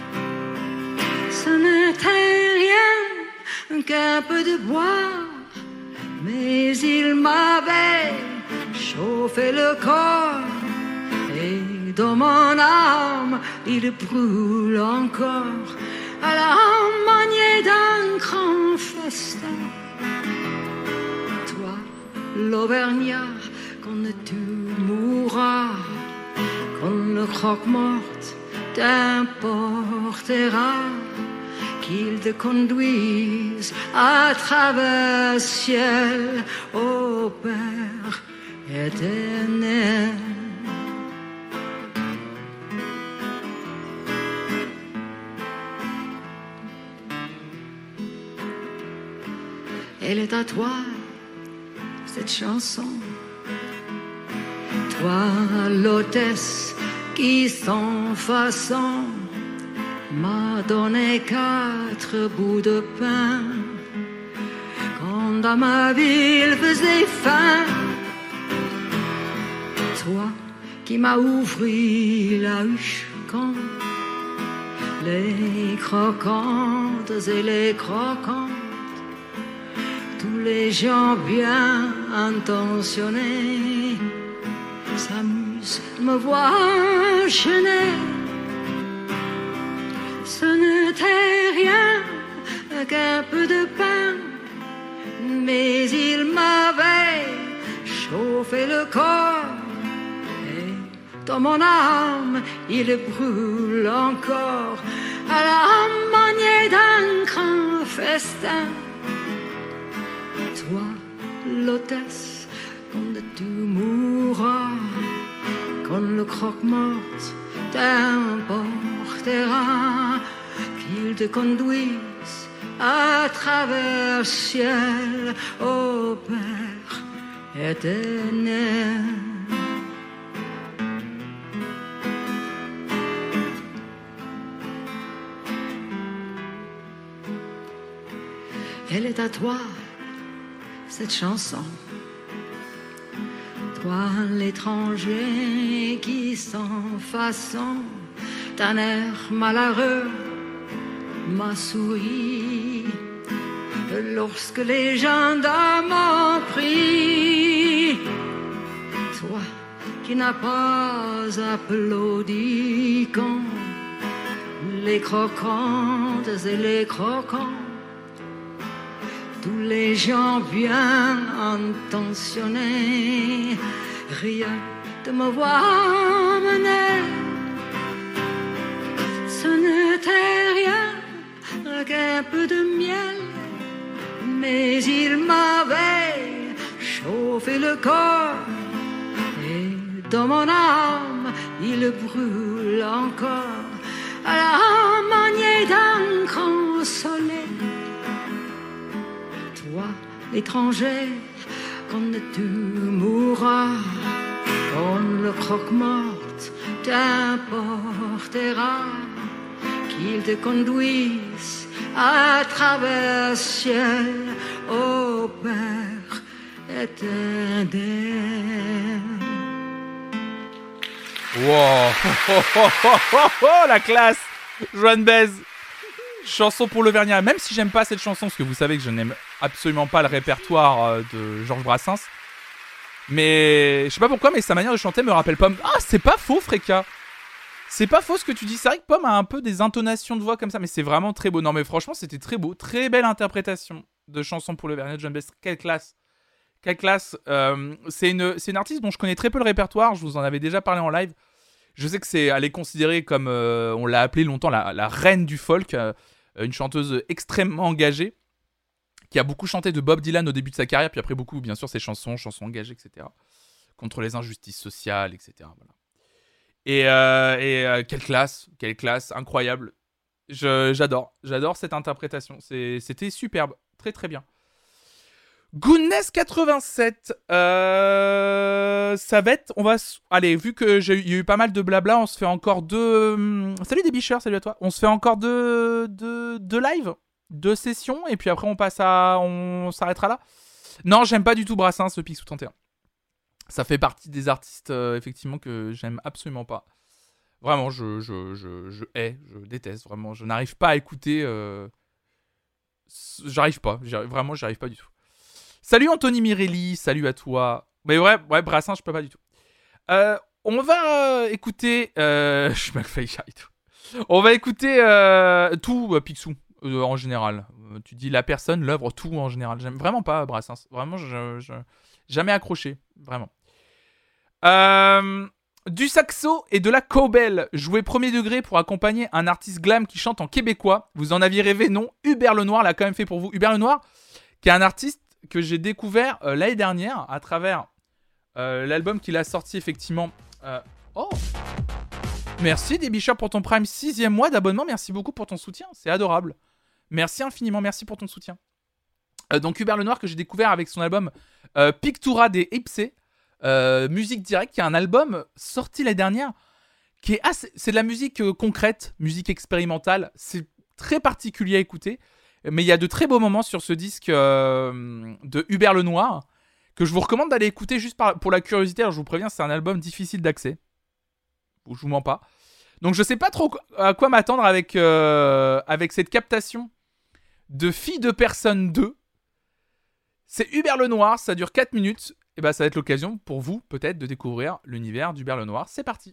Ce n'était rien qu'un peu de bois, mais il m'avait chauffé le corps. Et dans mon âme, il brûle encore à la manière d'un grand festin. L'Auvergnat, quand tu mourras, quand le croque-morte t'importera, qu'il te conduise à travers le ciel, ô Père éternel. Elle est à toi, cette chanson. Toi, l'hôtesse qui sans façon m'a donné quatre bouts de pain quand dans ma ville faisait faim. Toi qui m'as ouvert la huche quand les croquantes et les croquantes, tous les gens bien intentionnés s'amusent de me voir enchaîner. Ce n'était rien qu'un peu de pain, mais il m'avait chauffé le corps. Et dans mon âme, il brûle encore à la manière d'un grand festin. Toi, l'hôtesse, quand tu mourras, quand le croque-morte t'importera, qu'il te conduise à travers le ciel, ô Père éternel. elle est à toi, cette chanson. Toi, l'étranger qui sans façon, d'un air malheureux, m'a souri. Lorsque les gendarmes ont pris, toi qui n'as pas applaudi quand les croquantes et les croquants, tous les gens bien intentionnés, rien de me voir mener. Ce n'était rien qu'un peu de miel, mais il m'avait chauffé le corps, et dans mon âme il brûle encore à la manière d'un grand soleil. Toi, l'étranger, quand tu mourras, quand le croque-morte t'importera, qu'il te conduise à travers le ciel au Père éternel. Wow. Oh, oh, oh, oh, oh, la classe. Joan Baez. Chanson pour l'Auvergnat. Même si j'aime pas cette chanson, parce que vous savez que je n'aime absolument pas le répertoire de Georges Brassens. Mais je sais pas pourquoi, mais sa manière de chanter me rappelle Pomme. Ah, c'est pas faux, Fréca. C'est pas faux ce que tu dis. C'est vrai que Pomme a un peu des intonations de voix comme ça, mais c'est vraiment très beau. Non, mais franchement, c'était très beau. Très belle interprétation de Chanson pour l'Auvergnat de Joan Baez. Quelle classe. Quelle classe. Euh, c'est, une, c'est une artiste dont je connais très peu le répertoire. Je vous en avais déjà parlé en live. Je sais que c'est, elle est considérée comme, euh, on l'a appelée longtemps, la, la reine du folk. Euh, une chanteuse extrêmement engagée, qui a beaucoup chanté de Bob Dylan au début de sa carrière, puis après beaucoup, bien sûr, ses chansons, chansons engagées, et cetera. Contre les injustices sociales, et cetera. Voilà. Et, euh, et euh, quelle classe, quelle classe, incroyable. Je, j'adore, j'adore cette interprétation. C'est, c'était superbe, très très bien. Goodness quatre-vingt-sept, euh, ça va être, on va, allez, vu que j'ai il y a eu pas mal de blabla, on se fait encore deux, hum, salut Débicheur, salut à toi, on se fait encore deux, deux, deux lives, deux sessions, et puis après on passe à, on s'arrêtera là. Non, j'aime pas du tout Brassens, ce Picsou trente et un. Ça fait partie des artistes, euh, effectivement, que j'aime absolument pas. Vraiment, je, je, je, je hais, je déteste, vraiment, je n'arrive pas à écouter, euh, j'arrive pas, j'arrive, vraiment, j'arrive pas du tout. Salut Anthony Mirelli, salut à toi. Mais ouais, ouais Brassens, je peux pas du tout. Euh, on va euh, écouter... Euh, je suis mal failli, j'arrive tout. On va écouter euh, tout, euh, Picsou, euh, en général. Euh, tu dis la personne, l'œuvre, tout en général. J'aime vraiment pas Brassens. Vraiment, je, je jamais accroché. Vraiment. Euh, du saxo et de la cowbell. Joué premier degré pour accompagner un artiste glam qui chante en québécois. Vous en aviez rêvé, non? Hubert Lenoir l'a quand même fait pour vous. Hubert Lenoir, qui est un artiste que j'ai découvert euh, l'année dernière à travers euh, l'album qu'il a sorti effectivement. Euh... Oh, merci Débicheur pour ton Prime sixième mois d'abonnement. Merci beaucoup pour ton soutien, c'est adorable. Merci infiniment, merci pour ton soutien. Euh, donc Hubert Lenoir que j'ai découvert avec son album euh, Pictura des Ipsé, euh, musique directe, qui est un album sorti l'année dernière, qui est assez, c'est de la musique euh, concrète, musique expérimentale. C'est très particulier à écouter. Mais il y a de très beaux moments sur ce disque euh, de Hubert Lenoir que je vous recommande d'aller écouter juste par, pour la curiosité. Alors je vous préviens, c'est un album difficile d'accès. Je vous mens pas. Donc je sais pas trop à quoi m'attendre avec, euh, avec cette captation de Fille de Personne deux. C'est Hubert Lenoir, ça dure quatre minutes. Et ben ça va être l'occasion pour vous peut-être de découvrir l'univers d'Hubert Lenoir. C'est parti.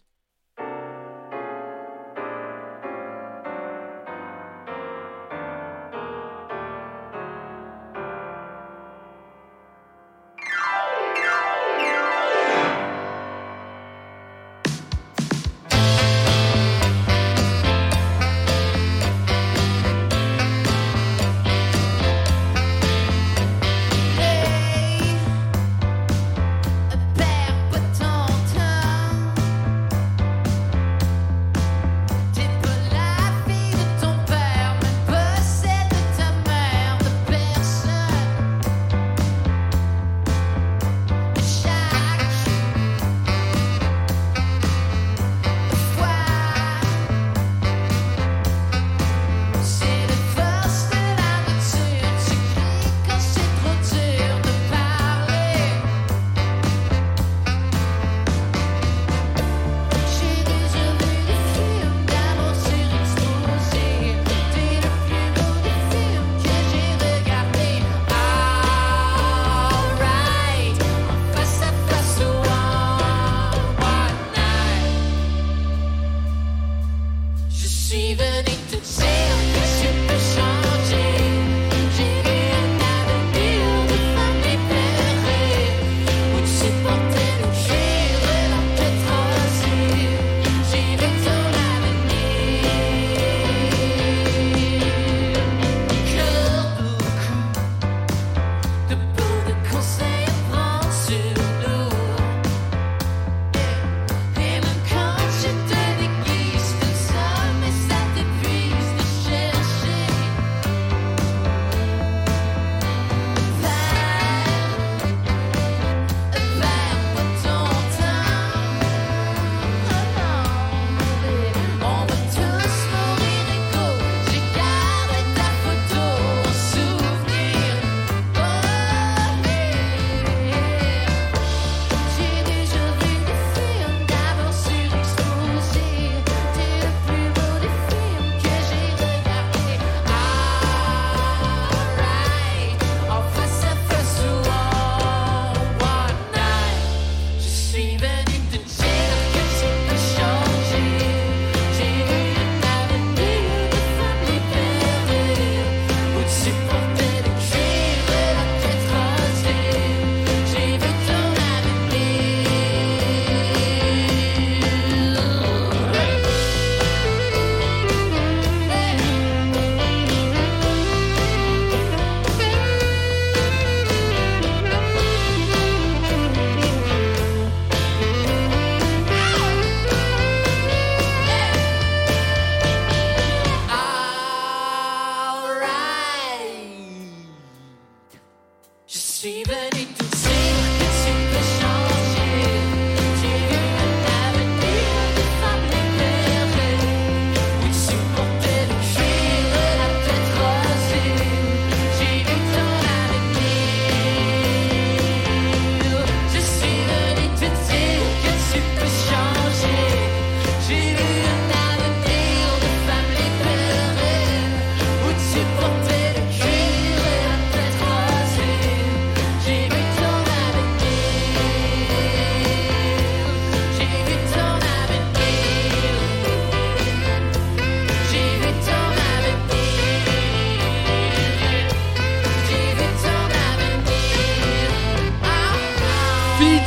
Père potente,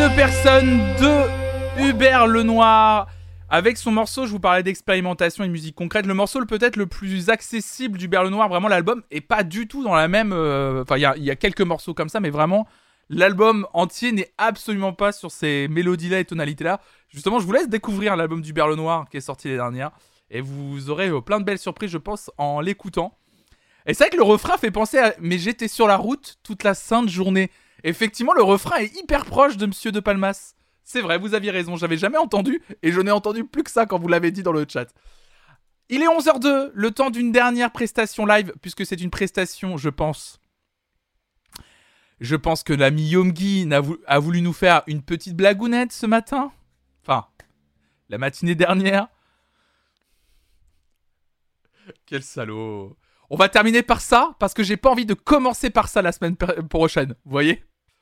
deux personnes de Hubert Lenoir. Avec son morceau, je vous parlais d'expérimentation et de musique concrète. Le morceau le peut-être le plus accessible d'Hubert Lenoir, vraiment l'album est pas du tout dans la même... Euh... Enfin, il y a, y a quelques morceaux comme ça, mais vraiment, l'album entier n'est absolument pas sur ces mélodies-là et tonalités-là. Justement, je vous laisse découvrir l'album d'Hubert Lenoir qui est sorti l'année dernière. Et vous aurez euh, plein de belles surprises, je pense, en l'écoutant. Et c'est vrai que le refrain fait penser à « Mais j'étais sur la route toute la sainte journée ». Effectivement, le refrain est hyper proche de Monsieur de Palmas. C'est vrai, vous aviez raison, j'avais jamais entendu, et je n'ai entendu plus que ça quand vous l'avez dit dans le chat. Il est onze heures deux, le temps d'une dernière prestation live, puisque c'est une prestation, je pense. Je pense que l'ami Yomgi a voulu, a voulu nous faire une petite blagounette ce matin. Enfin, la matinée dernière. Quel salaud. On va terminer par ça, parce que j'ai pas envie de commencer par ça la semaine prochaine, vous voyez.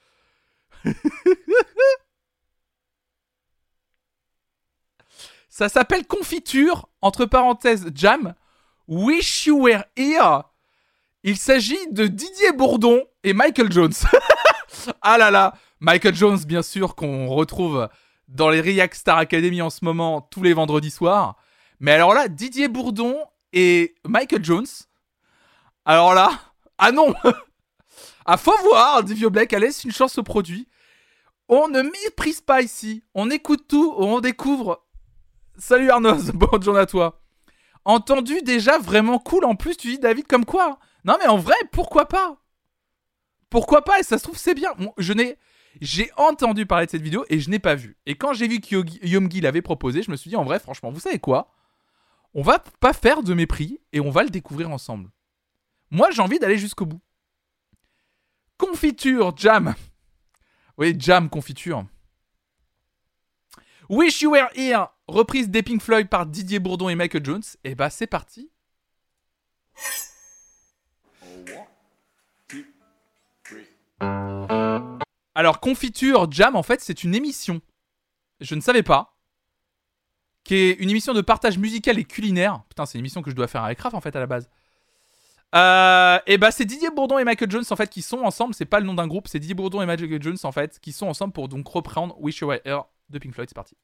Ça s'appelle Confiture, entre parenthèses Jam, Wish You Were Here. Il s'agit de Didier Bourdon et Michael Jones. Ah là là, Michael Jones, bien sûr, qu'on retrouve dans les React Star Academy en ce moment, tous les vendredis soirs. Mais alors là, Didier Bourdon et Michael Jones. Alors là, ah non. Ah, faut voir, dit Vieux Black, allez, si une chance se produit. On ne méprise pas ici. On écoute tout, on découvre... Salut Arnoz, bonne journée à toi. Entendu déjà vraiment cool, en plus tu dis David comme quoi. Non mais en vrai, pourquoi pas? Pourquoi pas? Et ça se trouve c'est bien. Bon, je n'ai... J'ai entendu parler de cette vidéo et je n'ai pas vu. Et quand j'ai vu que Yomgi l'avait proposé, je me suis dit en vrai, franchement, vous savez quoi? On va pas faire de mépris et on va le découvrir ensemble. Moi j'ai envie d'aller jusqu'au bout. Confiture, Jam. Oui, Jam, confiture. Wish You Were Here, reprise des Pink Floyd par Didier Bourdon et Michael Jones. Et bah c'est parti. Alors Confiture Jam, en fait c'est une émission, je ne savais pas, qui est une émission de partage musical et culinaire. Putain, c'est une émission que je dois faire avec Raph en fait à la base. Euh, et bah c'est Didier Bourdon et Michael Jones en fait qui sont ensemble, c'est pas le nom d'un groupe, c'est Didier Bourdon et Michael Jones en fait qui sont ensemble pour donc reprendre Wish You Were Here de Pink Floyd. C'est parti.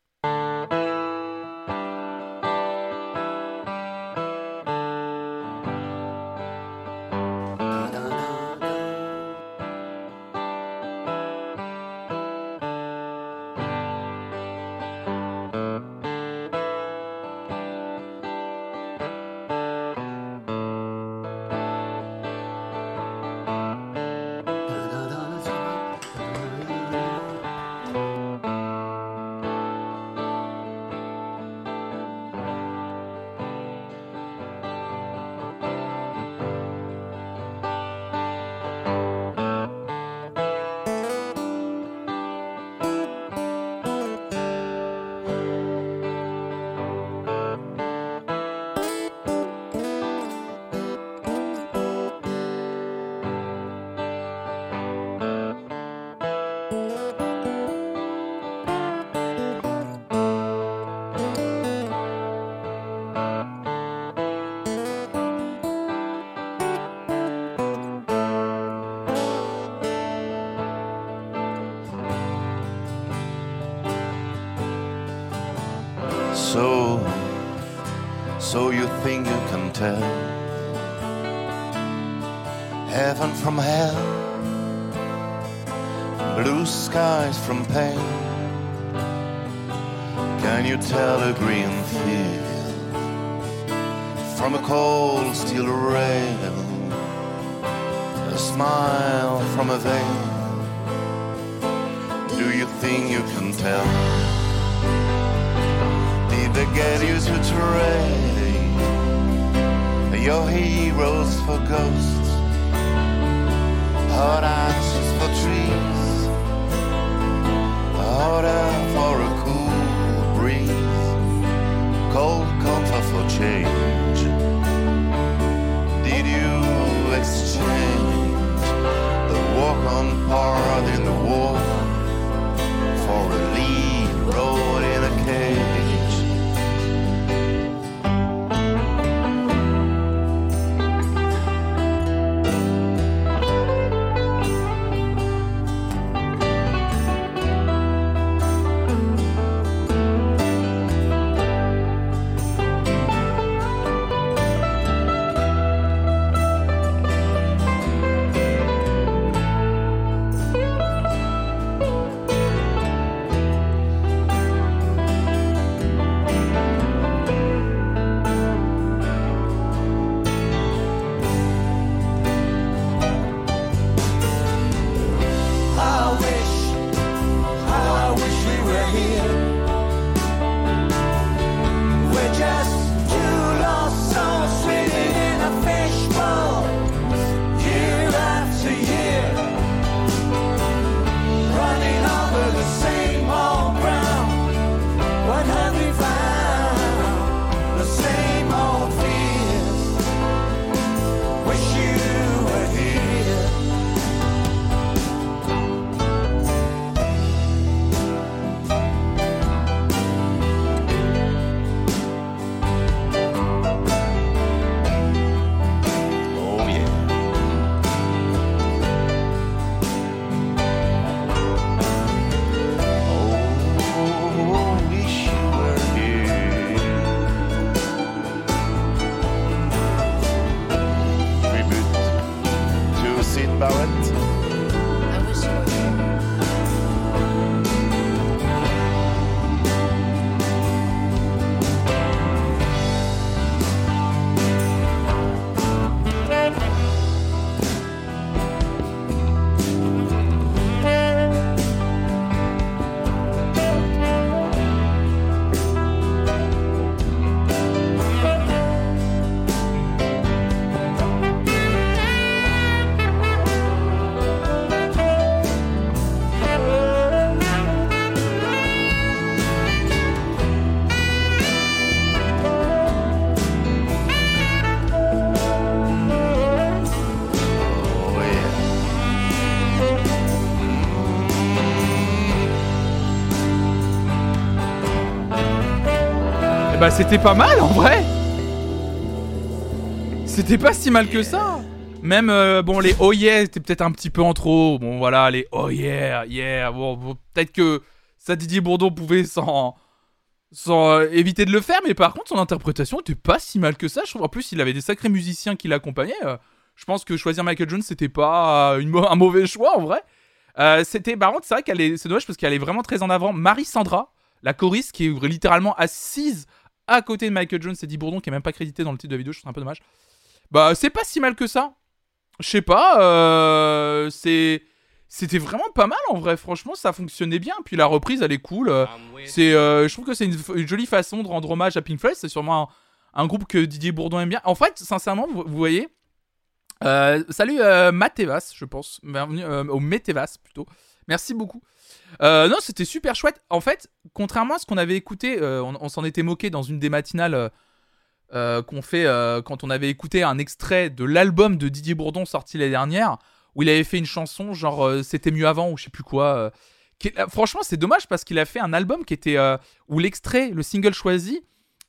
So, so you think you can tell heaven from hell, blue skies from pain? Can you tell a green field from a cold steel rail, a smile from a veil? Do you think you can tell? They get you to trade your heroes for ghosts, hot ashes for trees, hot air for a cool breeze, cold comfort for change. Did you exchange the walk-on part in the war for a lead road in a cage? Barrett. I wish you were here. Bah c'était pas mal en vrai. C'était pas si mal que ça. Même euh, bon les oh yeah c'était peut-être un petit peu en trop. Bon voilà les oh yeah yeah. Bon, bon peut-être que ça Didier Bourdon pouvait s'en sans euh, éviter de le faire, mais par contre son interprétation était pas si mal que ça. Je trouve en plus il avait des sacrés musiciens qui l'accompagnaient. Euh, je pense que choisir Michael Jones c'était pas une mo- un mauvais choix en vrai. Euh, c'était par contre c'est vrai qu'elle est c'est dommage parce qu'elle est vraiment très en avant. Marie Sandra, la choriste qui est littéralement assise à côté de Michael Jones et Didier Bourdon qui est même pas crédité dans le titre de la vidéo, je trouve un peu dommage. Bah c'est pas si mal que ça. Je sais pas, euh, c'est c'était vraiment pas mal en vrai. Franchement ça fonctionnait bien. Puis la reprise elle est cool. Euh, c'est, euh, je trouve que c'est une, une jolie façon de rendre hommage à Pink Floyd. C'est sûrement un, un groupe que Didier Bourdon aime bien. En fait sincèrement vous, vous voyez. Euh, salut euh, Matevas je pense. Bienvenue euh, au Metevas plutôt. Merci beaucoup. Euh, non, c'était super chouette. En fait, contrairement à ce qu'on avait écouté, euh, on, on s'en était moqué dans une des matinales euh, euh, qu'on fait euh, quand on avait écouté un extrait de l'album de Didier Bourdon sorti l'année dernière, où il avait fait une chanson genre euh, C'était mieux avant ou je sais plus quoi. Euh, qui est, euh, franchement, c'est dommage parce qu'il a fait un album qui était euh, où l'extrait, le single choisi,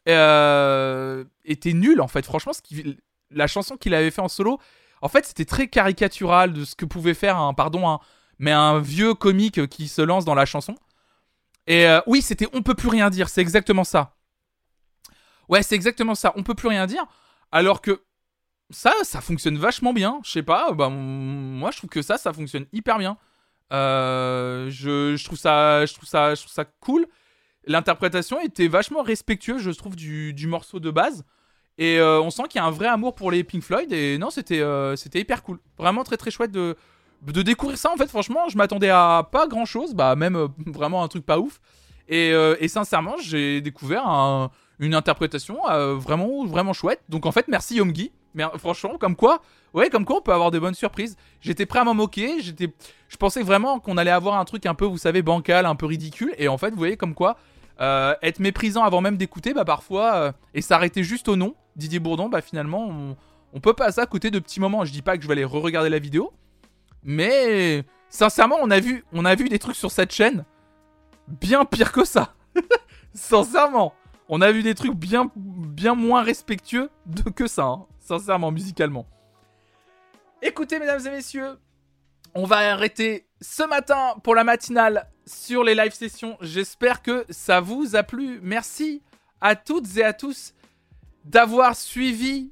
euh, était nul en fait. Franchement, ce qui, la chanson qu'il avait fait en solo, en fait, c'était très caricatural de ce que pouvait faire un, pardon, un mais un vieux comique qui se lance dans la chanson. Et euh, oui, c'était On peut plus rien dire, c'est exactement ça. Ouais, c'est exactement ça, On peut plus rien dire. Alors que ça, ça fonctionne vachement bien. Je sais pas, bah, moi je trouve que ça, ça fonctionne hyper bien. Euh, je, je, trouve ça, je, trouve ça, je trouve ça cool. L'interprétation était vachement respectueuse, je trouve, du, du morceau de base. Et euh, on sent qu'il y a un vrai amour pour les Pink Floyd. Et non, c'était, euh, c'était hyper cool. Vraiment très très chouette de... de découvrir ça. En fait franchement je m'attendais à pas grand chose, bah même euh, vraiment un truc pas ouf et, euh, et sincèrement j'ai découvert un, une interprétation euh, vraiment vraiment chouette. Donc en fait merci Yomgi, mais franchement comme quoi ouais comme quoi on peut avoir des bonnes surprises. J'étais prêt à m'en moquer, j'étais je pensais vraiment qu'on allait avoir un truc un peu vous savez bancal, un peu ridicule, et en fait vous voyez comme quoi euh, être méprisant avant même d'écouter bah parfois euh, et s'arrêter juste au nom Didier Bourdon, bah finalement on, on peut passer à côté de petits moments. Je dis pas que je vais aller re-regarder la vidéo, mais sincèrement, on a vu, on a vu des trucs sur cette chaîne bien pire que ça. Sincèrement, on a vu des trucs bien, bien moins respectueux de que ça. Hein. Sincèrement, musicalement. Écoutez, mesdames et messieurs, on va arrêter ce matin pour la matinale sur les live sessions. J'espère que ça vous a plu. Merci à toutes et à tous d'avoir suivi.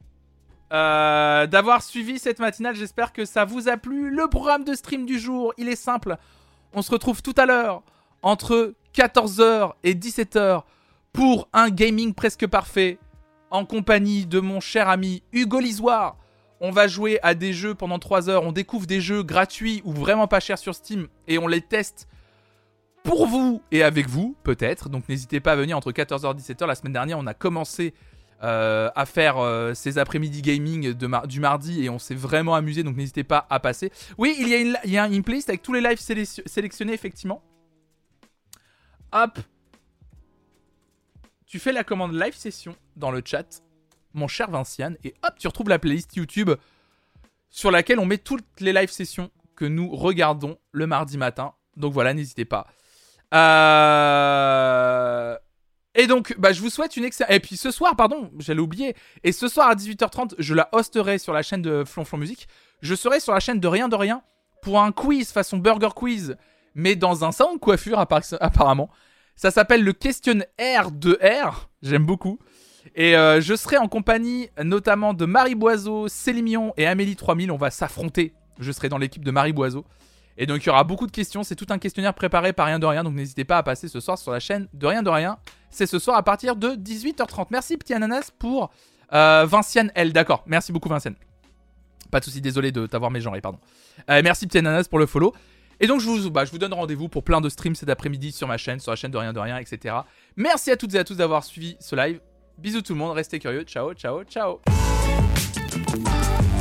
Euh, d'avoir suivi cette matinale, j'espère que ça vous a plu. Le programme de stream du jour, il est simple. On se retrouve tout à l'heure entre quatorze heures et dix-sept heures pour un gaming presque parfait en compagnie de mon cher ami Hugo Lisoire. On va jouer à des jeux pendant trois heures. On découvre des jeux gratuits ou vraiment pas chers sur Steam et on les teste pour vous et avec vous peut-être. Donc n'hésitez pas à venir entre quatorze heures et dix-sept heures. La semaine dernière, on a commencé Euh, à faire euh, ces après-midi gaming de mar- du mardi et on s'est vraiment amusé, donc n'hésitez pas à passer. Oui, il y a une, il y a une playlist avec tous les lives séle- sélectionnés effectivement. Hop, tu fais la commande live session dans le chat, mon cher Vinciane, et hop, tu retrouves la playlist YouTube sur laquelle on met toutes les live sessions que nous regardons le mardi matin. Donc voilà, n'hésitez pas. Euh... Et donc, bah, je vous souhaite une excellente... Et puis ce soir, pardon, j'allais oublier. Et ce soir à dix-huit heures trente, je la hosterai sur la chaîne de Flonflon Musique. Je serai sur la chaîne de Rien de Rien pour un quiz façon Burger Quiz, mais dans un salon de coiffure apparemment. Ça s'appelle le questionnaire de R. J'aime beaucoup. Et euh, je serai en compagnie notamment de Marie Boiseau, Céline Mion et Amélie trois mille. On va s'affronter Je serai dans l'équipe de Marie Boiseau. Et donc il y aura beaucoup de questions, c'est tout un questionnaire préparé par Rien de Rien, donc n'hésitez pas à passer ce soir sur la chaîne de Rien de Rien. C'est ce soir à partir de dix-huit heures trente. Merci Petit Ananas pour euh, Vinciane L. D'accord, merci beaucoup Vinciane. Pas de soucis, désolé de t'avoir mégenré, pardon. Euh, merci Petit Ananas pour le follow. Et donc je vous, bah, je vous donne rendez-vous pour plein de streams cet après-midi sur ma chaîne, sur la chaîne de Rien de Rien, et cetera. Merci à toutes et à tous d'avoir suivi ce live. Bisous tout le monde, restez curieux. Ciao, ciao, ciao.